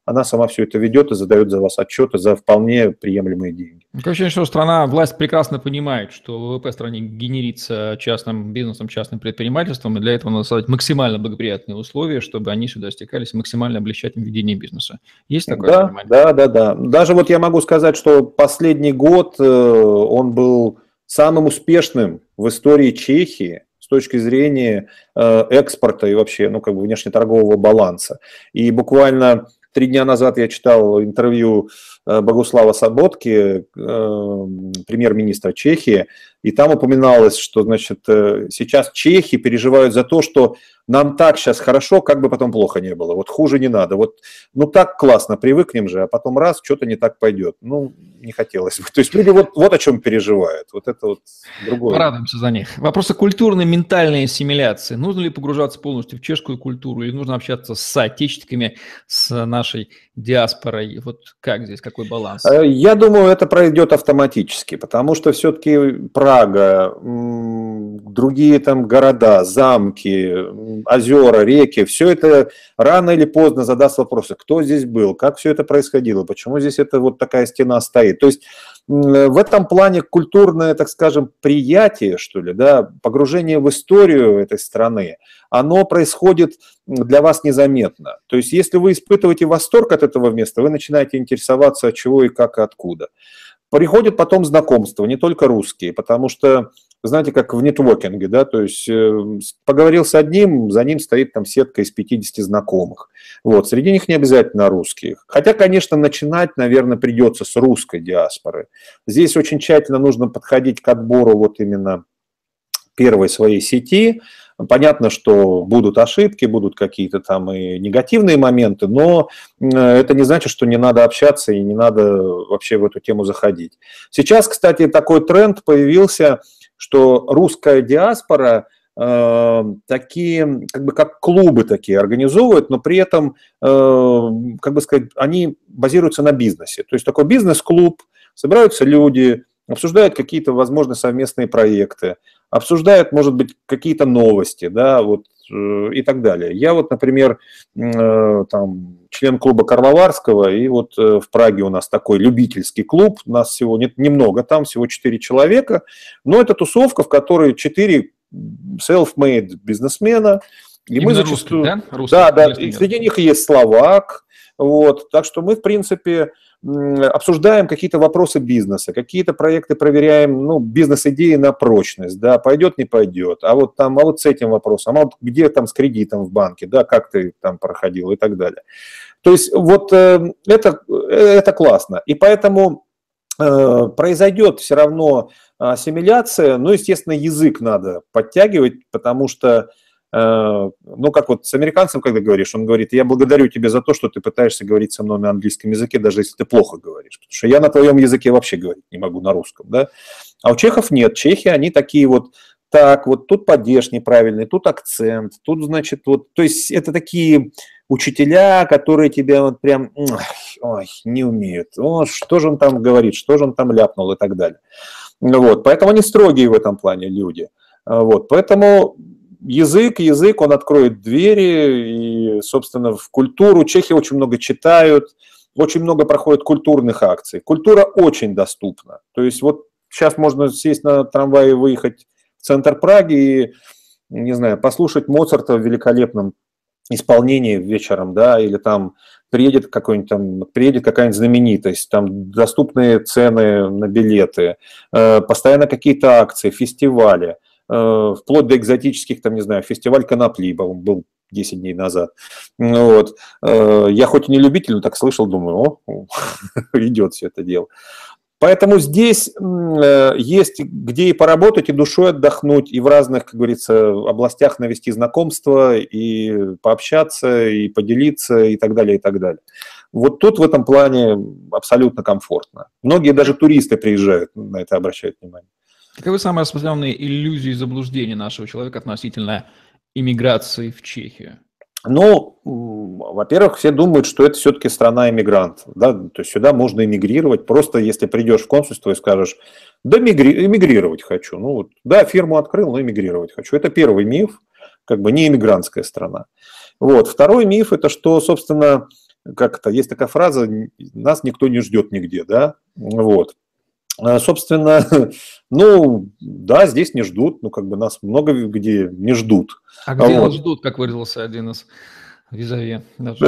она сама все это ведет и задает за вас отчеты за вполне приемлемые деньги. Такое ощущение, что страна, власть прекрасно понимает, что ВВП страны генерится частным бизнесом, частным предпринимательством, и для этого надо создать максимально благоприятные условия, чтобы они сюда стекались, максимально облегчать им ведение бизнеса. Есть такое понимание? Да. Даже вот я могу сказать, что последний год он был самым успешным в истории Чехии с точки зрения экспорта и вообще, ну, как бы внешнеторгового баланса. И буквально 3 дня назад я читал интервью Богуслава Соботки, премьер-министра Чехии, и там упоминалось, что, значит, сейчас чехи переживают за то, что нам так сейчас хорошо, как бы потом плохо не было. Вот хуже не надо. Вот, ну так классно, привыкнем же, а потом раз, что-то не так пойдет. Ну, не хотелось бы. То есть люди вот о чем переживают. Вот это вот другое. Порадуемся за них. Вопросы культурной, ментальной ассимиляции. Нужно ли погружаться полностью в чешскую культуру или нужно общаться с соотечественниками, с нашей диаспорой? Вот как здесь, какой баланс? Я думаю, это пройдет автоматически, потому что все-таки Прага, другие там города, замки, озера, реки, все это рано или поздно задаст вопросы, кто здесь был, как все это происходило, почему здесь это вот такая стена стоит. То есть в этом плане культурное, так скажем, приятие, что ли, да, погружение в историю этой страны, оно происходит для вас незаметно. То есть если вы испытываете восторг от этого места, вы начинаете интересоваться, от чего и как и откуда. Приходят потом знакомства, не только русские, потому что, знаете, как в нетворкинге, да, то есть поговорил с одним, за ним стоит там сетка из 50 знакомых. Вот, среди них не обязательно русские. Хотя, конечно, начинать, наверное, придется с русской диаспоры. Здесь очень тщательно нужно подходить к отбору вот именно первой своей сети. Понятно, что будут ошибки, будут какие-то там и негативные моменты, но это не значит, что не надо общаться и не надо вообще в эту тему заходить. Сейчас, кстати, такой тренд появился, что русская диаспора такие, как бы как клубы такие организовывают, но при этом, как бы сказать, они базируются на бизнесе. То есть такой бизнес-клуб, собираются люди, обсуждают какие-то, возможно, совместные проекты, обсуждают, может быть, какие-то новости, да, вот, и так далее. Я вот, например, там, член клуба Карловарского, и вот в Праге у нас такой любительский клуб, у нас всего немного, там всего 4 человека, но это тусовка, в которой 4 self-made бизнесмена, и именно мы зачастую... Русских, да? Русских, да, и среди них есть словак, вот, так что мы, в принципе, обсуждаем какие-то вопросы бизнеса, какие-то проекты проверяем, ну, бизнес-идеи на прочность, да, пойдет, не пойдет, а вот там, а вот с этим вопросом, а вот где там с кредитом в банке, да, как ты там проходил и так далее. То есть вот это классно, и поэтому произойдет все равно ассимиляция, но, естественно, язык надо подтягивать, потому что ну, как вот с американцем, когда говоришь, он говорит, я благодарю тебя за то, что ты пытаешься говорить со мной на английском языке, даже если ты плохо говоришь, потому что я на твоем языке вообще говорить не могу на русском, да, а у чехов нет, чехи, они такие вот, так, вот тут падеж неправильный, тут акцент, тут, значит, вот, то есть это такие учителя, которые тебя вот прям, ой, не умеют, о, что же он там говорит, что же он там ляпнул и так далее, вот, поэтому они строгие в этом плане люди, вот, поэтому... Язык, он откроет двери, и, собственно, в культуру чехи очень много читают, очень много проходит культурных акций. Культура очень доступна. То есть вот сейчас можно сесть на трамвай и выехать в центр Праги и, не знаю, послушать Моцарта в великолепном исполнении вечером, да, или там приедет какая-нибудь знаменитость, там доступные цены на билеты, постоянно какие-то акции, фестивали. Вплоть до экзотических, там, не знаю, фестиваль конопли был 10 дней назад. Вот. Я хоть и не любитель, но так слышал, думаю, идет все это дело. Поэтому здесь есть где и поработать, и душой отдохнуть, и в разных, как говорится, областях навести знакомства, и пообщаться, и поделиться, и так далее, и так далее. Вот тут в этом плане абсолютно комфортно. Многие даже туристы приезжают, на это обращают внимание. Каковы самые распространенные иллюзии и заблуждения нашего человека относительно иммиграции в Чехию? Ну, во-первых, все думают, что это все-таки страна иммигрантов. Да? То есть сюда можно эмигрировать. Просто если придешь в консульство и скажешь, да, эмигрировать хочу. Ну, вот, да, фирму открыл, но эмигрировать хочу. Это первый миф, как бы не иммигрантская страна. Вот. Второй миф – это что, собственно, как это, есть такая фраза, нас никто не ждет нигде, да, вот. Собственно, ну, да, здесь не ждут, ну, как бы нас много где не ждут. А где Вот. нас ждут, как выразился один из визави?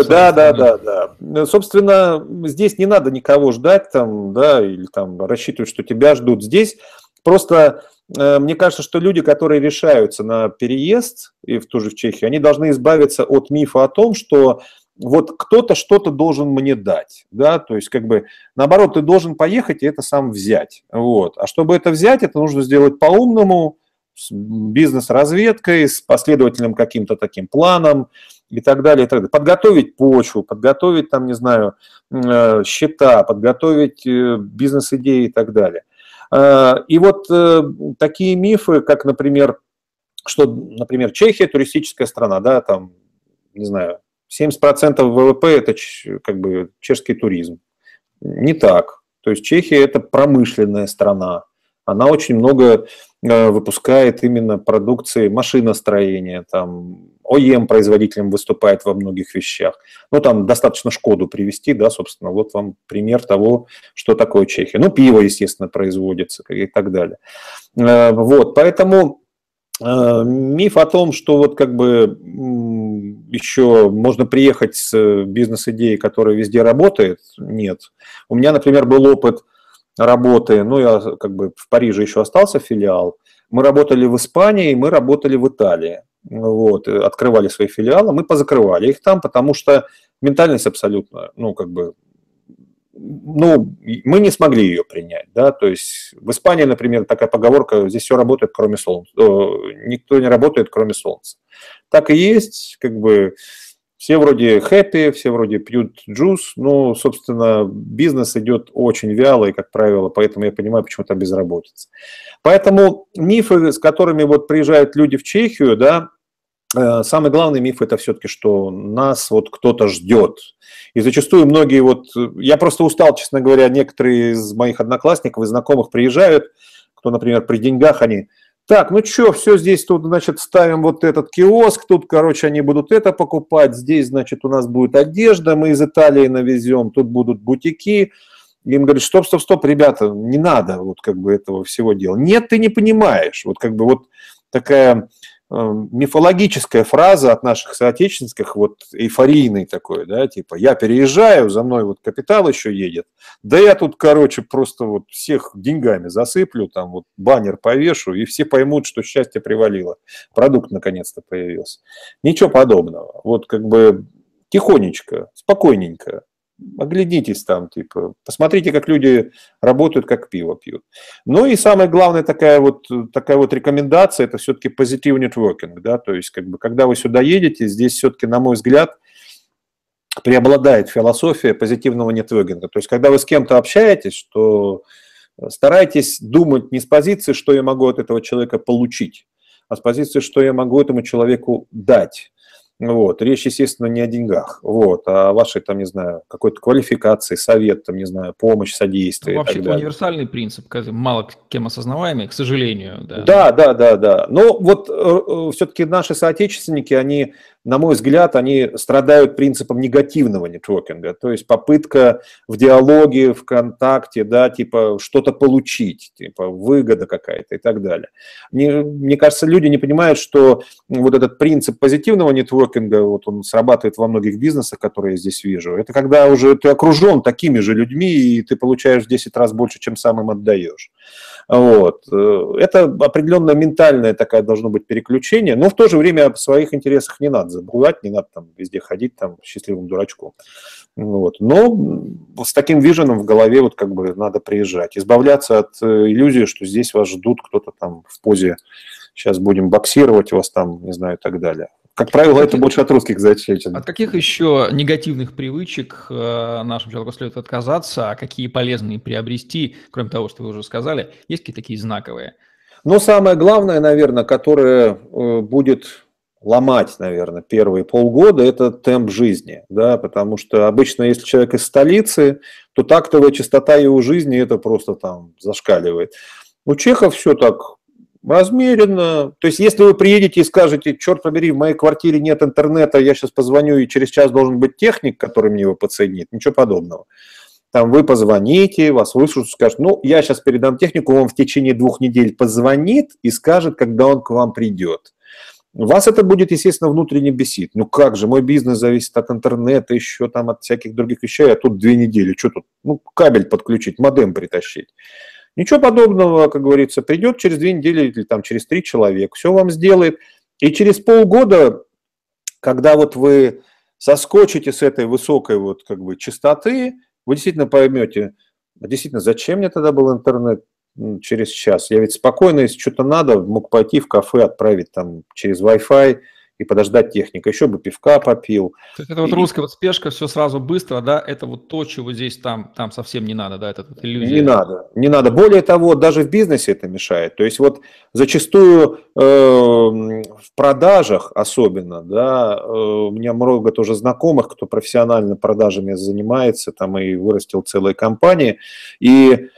Да. Собственно, здесь не надо никого ждать там, да, или там рассчитывать, что тебя ждут. Здесь просто, мне кажется, что люди, которые решаются на переезд и в ту же в Чехию, они должны избавиться от мифа о том, что вот кто-то что-то должен мне дать, да, то есть как бы наоборот, ты должен поехать и это сам взять, вот. А чтобы это взять, это нужно сделать по-умному, с бизнес-разведкой, с последовательным каким-то таким планом и так далее, и так далее. Подготовить почву, подготовить там, не знаю, счета, подготовить бизнес-идеи и так далее. И вот такие мифы, как, например, что, например, Чехия туристическая страна, да, там, не знаю, 70% ВВП – это как бы чешский туризм. Не так. То есть Чехия – это промышленная страна. Она очень много выпускает именно продукции машиностроения, там OEM-производителем выступает во многих вещах. Ну, там достаточно Шкоду привести, да, собственно, вот вам пример того, что такое Чехия. Ну, пиво, естественно, производится и так далее. Вот, поэтому миф о том, что вот как бы еще можно приехать с бизнес-идеей, которая везде работает, нет. У меня, например, был опыт работы, ну, я как бы в Париже еще остался филиал, мы работали в Испании, мы работали в Италии, вот, открывали свои филиалы, мы позакрывали их там, потому что ментальность абсолютно, ну, как бы, ну, мы не смогли ее принять, да, то есть в Испании, например, такая поговорка, здесь все работает, кроме солнца, никто не работает, кроме солнца. Так и есть, как бы, все вроде хэппи, все вроде пьют джус, но, собственно, бизнес идет очень вяло, и, как правило, поэтому я понимаю, почему там безработица. Поэтому мифы, с которыми вот приезжают люди в Чехию, да, самый главный миф – это все-таки, что нас вот кто-то ждет. И зачастую многие вот… Я просто устал, честно говоря, некоторые из моих одноклассников и знакомых приезжают, кто, например, при деньгах, они… Так, ну что, все здесь тут, значит, ставим вот этот киоск, тут, короче, они будут это покупать, здесь, значит, у нас будет одежда, мы из Италии навезем, тут будут бутики. И им говорят, стоп, ребята, не надо вот как бы этого всего делать. Нет, ты не понимаешь. Вот как бы вот такая мифологическая фраза от наших соотечественников, вот эйфорийный такой, да, типа я переезжаю, за мной вот капитал еще едет, да я тут, короче, просто вот всех деньгами засыплю, там вот баннер повешу, и все поймут, что счастье привалило, продукт наконец-то появился. Ничего подобного. Вот как бы тихонечко, спокойненько. Оглядитесь там, типа, посмотрите, как люди работают, как пиво пьют. Ну и самая главная такая вот рекомендация, это все-таки позитив нетворкинг, да, то есть, как бы, когда вы сюда едете, здесь все-таки, на мой взгляд, преобладает философия позитивного нетворкинга. То есть, когда вы с кем-то общаетесь, то старайтесь думать не с позиции, что я могу от этого человека получить, а с позиции, что я могу этому человеку дать. Вот. Речь, естественно, не о деньгах, вот, а о вашей, там, не знаю, какой-то квалификации, совет, там, не знаю, помощь, содействие. Ну, вообще, это универсальный принцип, мало кем осознаваемый, к сожалению. Да. Но вот все-таки наши соотечественники, они, на мой взгляд, они страдают принципом негативного нетворкинга, то есть попытка в диалоге, в контакте, да, типа что-то получить, типа выгода какая-то и так далее. Мне кажется, люди не понимают, что вот этот принцип позитивного нетворкинга, вот он срабатывает во многих бизнесах, которые я здесь вижу. Это когда уже ты окружен такими же людьми, и ты получаешь в 10 раз больше, чем сам им отдаешь. Вот. Это определенное ментальное такое должно быть переключение, но в то же время о своих интересах не надо забывать, не надо там везде ходить там счастливым дурачком. Вот. Но с таким виженом в голове вот как бы надо приезжать, избавляться от иллюзии, что здесь вас ждут кто-то там в позе «сейчас будем боксировать вас там», не знаю, и так далее. Как правило, это больше от русских зачетен. От каких еще негативных привычек нашему человеку следует отказаться, а какие полезные приобрести, кроме того, что вы уже сказали? Есть какие-то такие знаковые? Но самое главное, наверное, которое будет ломать, наверное, первые полгода, это темп жизни, да, потому что обычно, если человек из столицы, то тактовая частота его жизни, это просто там зашкаливает. У чехов все так Размеренно. То есть, если вы приедете и скажете, черт побери, в моей квартире нет интернета, я сейчас позвоню, и через час должен быть техник, который мне его подсоединит, ничего подобного. Там вы позвоните, вас выслушают, скажут, ну, я сейчас передам технику, он в течение 2 недель позвонит и скажет, когда он к вам придет. Вас это будет, естественно, внутренне бесить. Ну как же, мой бизнес зависит от интернета, еще там от всяких других вещей, а тут 2 недели. Что тут? Ну, кабель подключить, модем притащить. Ничего подобного, как говорится, придет через 2 недели или там через 3 человека, все вам сделает. И через полгода, когда вот вы соскочите с этой высокой вот как бы частоты, вы действительно поймете, действительно, зачем мне тогда был интернет через час? Я ведь спокойно, если что-то надо, мог пойти в кафе, отправить там через Wi-Fi и подождать техника. Еще бы пивка попил. То есть это вот русская вот спешка, все сразу быстро, да, это вот то, чего здесь там совсем не надо, да, это вот иллюзия. Не надо, не надо. Более того, даже в бизнесе это мешает. То есть вот зачастую в продажах особенно, да, у меня много тоже знакомых, кто профессионально продажами занимается, там и вырастил целые компании, и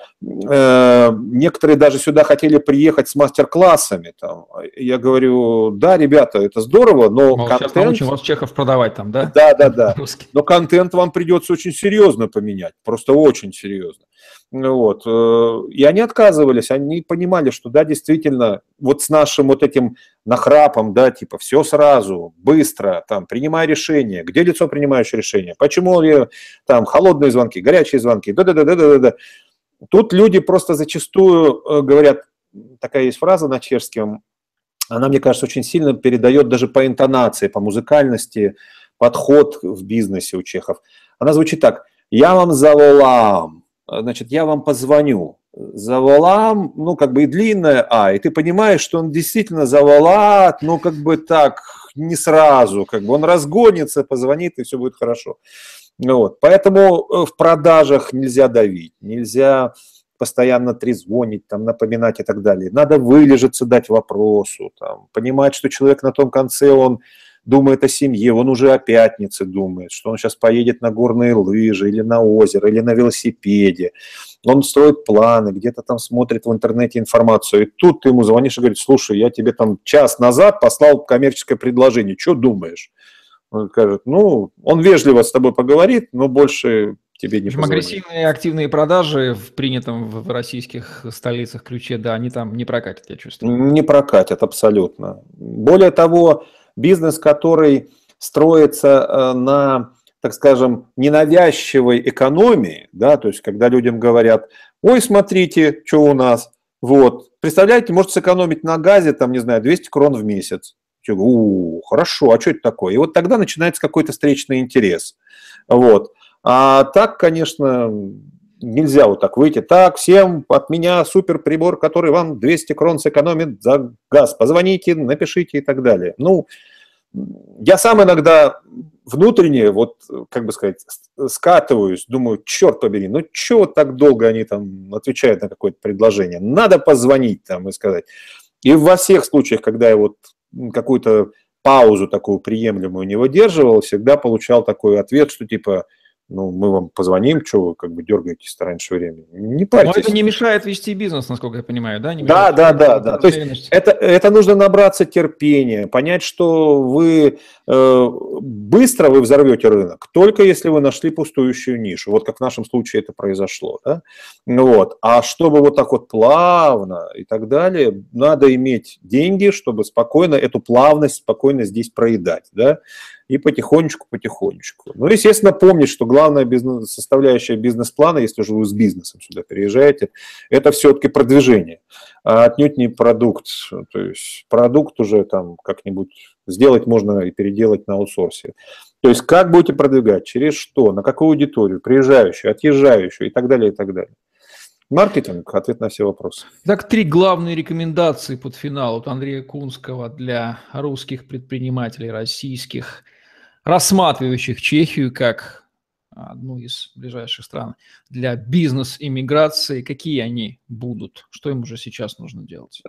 некоторые даже сюда хотели приехать с мастер-классами. Там. Я говорю, да, ребята, это здорово, но Мол, контент... Сейчас научим вас чехов продавать там, да? Да. Но контент вам придется очень серьезно поменять, просто очень серьезно. Вот. И они отказывались, они понимали, что да, действительно, вот с нашим вот этим нахрапом, да, типа все сразу, быстро, там, принимай решение. Где лицо, принимающее решение? Почему там холодные звонки, горячие звонки, да. Тут люди просто зачастую говорят, такая есть фраза на чешском, она, мне кажется, очень сильно передает даже по интонации, по музыкальности, подход в бизнесе у чехов. Она звучит так: я вам заволам, значит, я вам позвоню. Заволам, ну, как бы и длинное «а», и ты понимаешь, что он действительно заволат, ну, как бы так, не сразу, как бы он разгонится, позвонит, и все будет хорошо. Вот. Поэтому в продажах нельзя давить, нельзя постоянно трезвонить, там, напоминать и так далее. Надо вылежаться, дать вопросу, там, понимать, что человек на том конце, он думает о семье, он уже о пятнице думает, что он сейчас поедет на горные лыжи или на озеро, или на велосипеде. Он строит планы, где-то там смотрит в интернете информацию. И тут ты ему звонишь и говоришь: слушай, я тебе там час назад послал коммерческое предложение, что думаешь? Он скажет, ну, он вежливо с тобой поговорит, но больше тебе не позвонит. Агрессивные активные продажи в принятом в российских столицах ключе, да, они там не прокатят, я чувствую. Не прокатят абсолютно. Более того, бизнес, который строится на, так скажем, ненавязчивой экономии, да, то есть когда людям говорят: ой, смотрите, что у нас, вот, представляете, может сэкономить на газе, там, не знаю, 200 крон в месяц. Хорошо, а что это такое? И вот тогда начинается какой-то встречный интерес. Вот. А так, конечно, нельзя вот так выйти. Так, всем от меня супер прибор, который вам 200 крон сэкономит за газ. Позвоните, напишите и так далее. Ну, я сам иногда внутренне, вот, как бы сказать, скатываюсь, думаю, черт побери, ну чего так долго они там отвечают на какое-то предложение? Надо позвонить там и сказать. И во всех случаях, когда я вот какую-то паузу такую приемлемую не выдерживал, всегда получал такой ответ, что типа: ну, мы вам позвоним, что вы как бы дергаетесь раньше времени. Не парьтесь. Но это не мешает вести бизнес, насколько я понимаю, да? Да. То есть это нужно набраться терпения, понять, что вы быстро вы взорвете рынок, только если вы нашли пустующую нишу. Вот как в нашем случае это произошло. Да? Вот. А чтобы вот так вот плавно и так далее, надо иметь деньги, чтобы спокойно эту плавность спокойно здесь проедать. Да? И потихонечку. Ну, естественно, помнить, что главная составляющая бизнес-плана, если же вы с бизнесом сюда переезжаете, это все-таки продвижение, а отнюдь не продукт. То есть продукт уже там как-нибудь сделать можно и переделать на аутсорсе. То есть как будете продвигать, через что, на какую аудиторию, приезжающую, отъезжающую и так далее, и так далее. Маркетинг – ответ на все вопросы. Так, 3 главные рекомендации под финал от Андрея Кунского для русских предпринимателей, российских, рассматривающих Чехию как одну из ближайших стран для бизнес-иммиграции. Какие они будут? Что им уже сейчас нужно делать?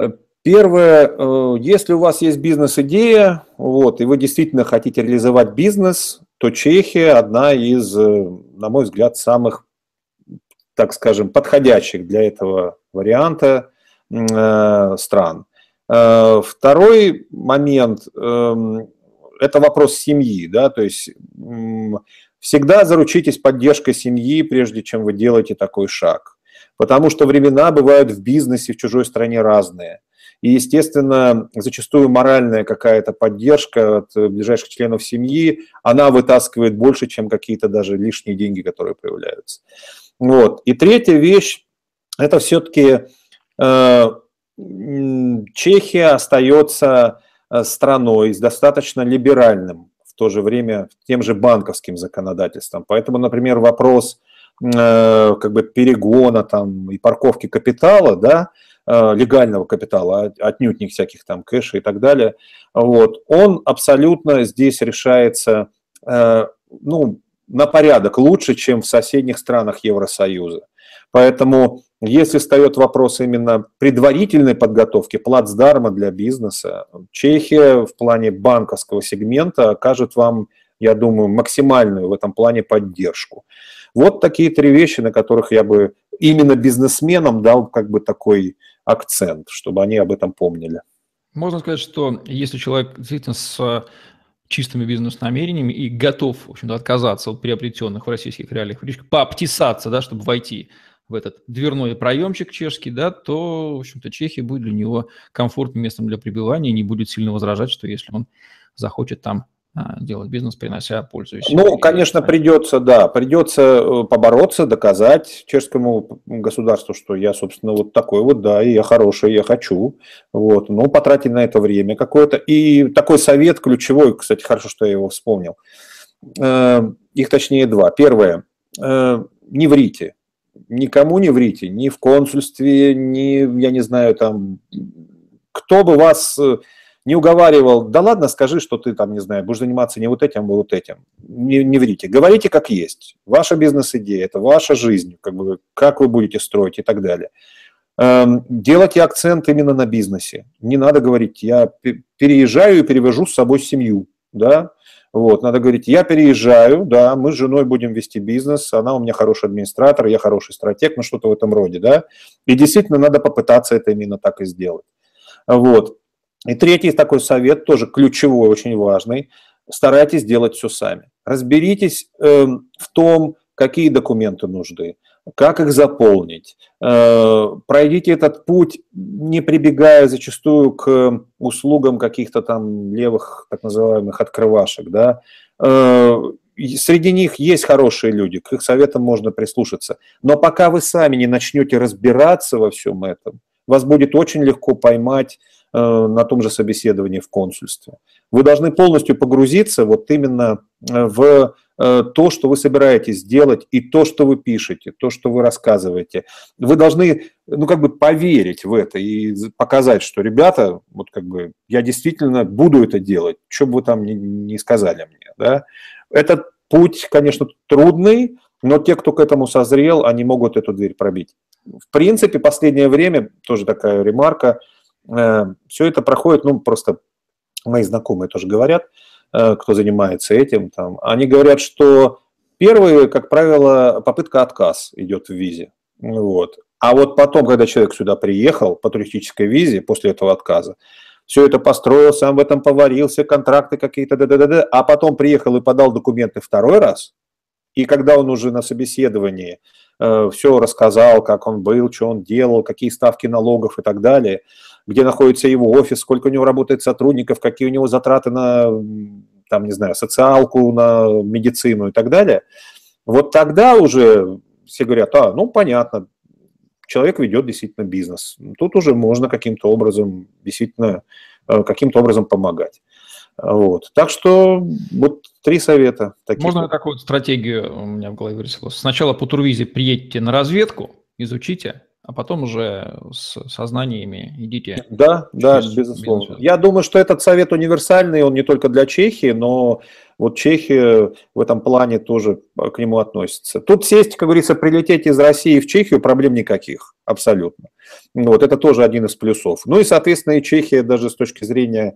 Первое, если у вас есть бизнес-идея, вот, и вы действительно хотите реализовать бизнес, то Чехия одна из, на мой взгляд, самых, так скажем, подходящих для этого варианта стран. Второй момент – это вопрос семьи, да, то есть всегда заручитесь поддержкой семьи, прежде чем вы делаете такой шаг, потому что времена бывают в бизнесе в чужой стране разные. И, естественно, зачастую моральная какая-то поддержка от ближайших членов семьи, она вытаскивает больше, чем какие-то даже лишние деньги, которые появляются. Вот. И третья вещь – это все-таки Чехия остается страной с достаточно либеральным, в то же время тем же банковским законодательством. Поэтому, например, вопрос как бы перегона там, и парковки капитала, да, легального капитала, отнюдь не всяких там кэша и так далее, вот, он абсолютно здесь решается ну, на порядок лучше, чем в соседних странах Евросоюза. Поэтому, если встает вопрос именно предварительной подготовки, плацдарма для бизнеса, Чехия в плане банковского сегмента окажет вам, я думаю, максимальную в этом плане поддержку. Вот такие три вещи, на которых я бы именно бизнесменам дал как бы такой акцент, чтобы они об этом помнили. Можно сказать, что если человек действительно с чистыми бизнес-намерениями и готов, в общем-то, отказаться от приобретенных в российских реалиях привычек, пообтесаться, да, чтобы войти в этот дверной проемчик чешский, да, то, в общем-то, Чехия будет для него комфортным местом для пребывания и не будет сильно возражать, что если он захочет там делать бизнес, принося пользу. Ну, конечно, придется побороться, доказать чешскому государству, что я, собственно, вот такой вот, да, и я хороший, я хочу. Вот. Ну, потратить на это время какое-то. И такой совет ключевой, кстати, хорошо, что я его вспомнил. Их точнее два. Первое. Не врите. Никому не врите. Ни в консульстве, ни, я не знаю, там, кто бы вас не уговаривал, да ладно, скажи, что ты там, не знаю, будешь заниматься не вот этим, а вот этим. Не врите. Говорите как есть. Ваша бизнес-идея, это ваша жизнь, как бы, как вы будете строить и так далее. Делайте акцент именно на бизнесе. Не надо говорить, я переезжаю и перевожу с собой семью, да. Вот, надо говорить, я переезжаю, да, мы с женой будем вести бизнес, она у меня хороший администратор, я хороший стратег, ну что-то в этом роде, да. И действительно надо попытаться это именно так и сделать. Вот. И третий такой совет, тоже ключевой, очень важный. Старайтесь делать все сами. Разберитесь в том, какие документы нужны, как их заполнить. Пройдите этот путь, не прибегая зачастую к услугам каких-то там левых, так называемых, открывашек. Да. Среди них есть хорошие люди, к их советам можно прислушаться. Но пока вы сами не начнете разбираться во всем этом, вас будет очень легко поймать на том же собеседовании в консульстве. Вы должны полностью погрузиться вот именно в то, что вы собираетесь делать, и то, что вы пишете, то, что вы рассказываете. Вы должны, ну, как бы поверить в это и показать, что, ребята, вот как бы я действительно буду это делать, что бы вы там ни сказали мне. Да? Этот путь, конечно, трудный, но те, кто к этому созрел, они могут эту дверь пробить. В принципе, последнее время, тоже такая ремарка, все это проходит, ну, просто мои знакомые тоже говорят, кто занимается этим, там, они говорят, что первые, как правило, попытка отказ идет в визе. Вот. А вот потом, когда человек сюда приехал по туристической визе, после этого отказа, все это построил, сам в этом поварился, контракты какие-то, а потом приехал и подал документы второй раз, и когда он уже на собеседовании все рассказал, как он был, что он делал, какие ставки налогов и так далее, где находится его офис, сколько у него работает сотрудников, какие у него затраты на, там, не знаю, социалку, на медицину и так далее, вот тогда уже все говорят, ну, понятно, человек ведет действительно бизнес. Тут уже можно каким-то образом действительно помогать. Вот. Так что вот 3 совета. Можно такую стратегию у меня в голове вырисовалась. Сначала по турвизе приедете на разведку, изучите, а потом уже со знаниями идите. Да, безусловно. Я думаю, что этот совет универсальный, он не только для Чехии, но вот Чехия в этом плане тоже к нему относится. Тут сесть, как говорится, прилететь из России в Чехию, проблем никаких, абсолютно. Вот, это тоже один из плюсов. Ну и, соответственно, и Чехия даже с точки зрения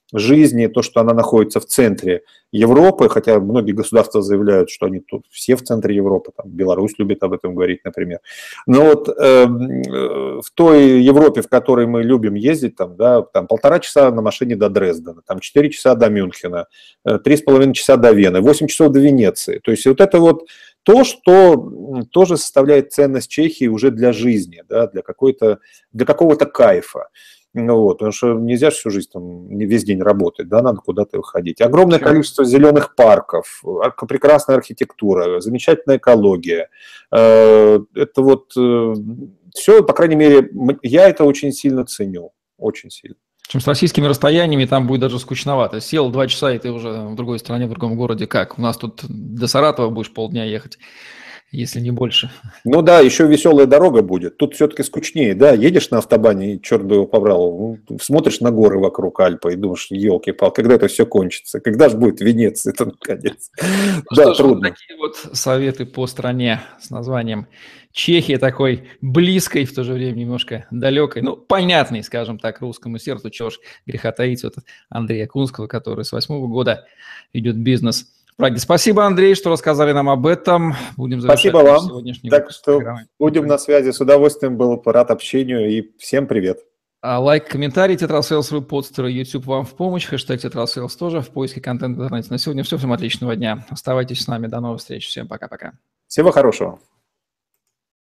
жизни, то, что она находится в центре Европы, хотя многие государства заявляют, что они тут все в центре Европы, там, Беларусь любит об этом говорить, например. Но вот в той Европе, в которой мы любим ездить, там 1,5 часа на машине до Дрездена, там 4 часа до Мюнхена, 3,5 часа до Вены, 8 часов до Венеции. То есть вот это вот то, что тоже составляет ценность Чехии уже для жизни, да, для какого-то кайфа. Вот, потому что нельзя всю жизнь там весь день работать, да, надо куда-то выходить. Огромное количество зеленых парков, прекрасная архитектура, замечательная экология. Это вот все, по крайней мере, я это очень сильно ценю, очень сильно. Причем с российскими расстояниями там будет даже скучновато. Сел 2 часа, и ты уже в другой стране, в другом городе. Как? У нас тут до Саратова будешь полдня ехать, если не больше. Ну да, еще веселая дорога будет. Тут все-таки скучнее, да, едешь на автобане, и черт бы его побрал, смотришь на горы вокруг Альпы и думаешь, елки-пал, когда это все кончится, когда же будет Венеция, это наконец. Да, трудно. Вот такие вот советы по стране с названием Чехия, такой близкой, в то же время немножко далекой, ну, понятной, скажем так, русскому сердцу, чего ж греха таить, вот Андрея Кунского, который с 8-го года ведет бизнес в Праге. Спасибо, Андрей, что рассказали нам об этом. Будем завершать сегодняшний выпуск. Так что будем на связи, с удовольствием, был рад общению, и всем привет. Лайк, комментарий, Тетрасейлс, подстеры, YouTube вам в помощь, хэштег Тетрасейлс тоже в поиске контента в интернете. На сегодня все, всем отличного дня. Оставайтесь с нами, до новых встреч, всем пока-пока. Всего хорошего.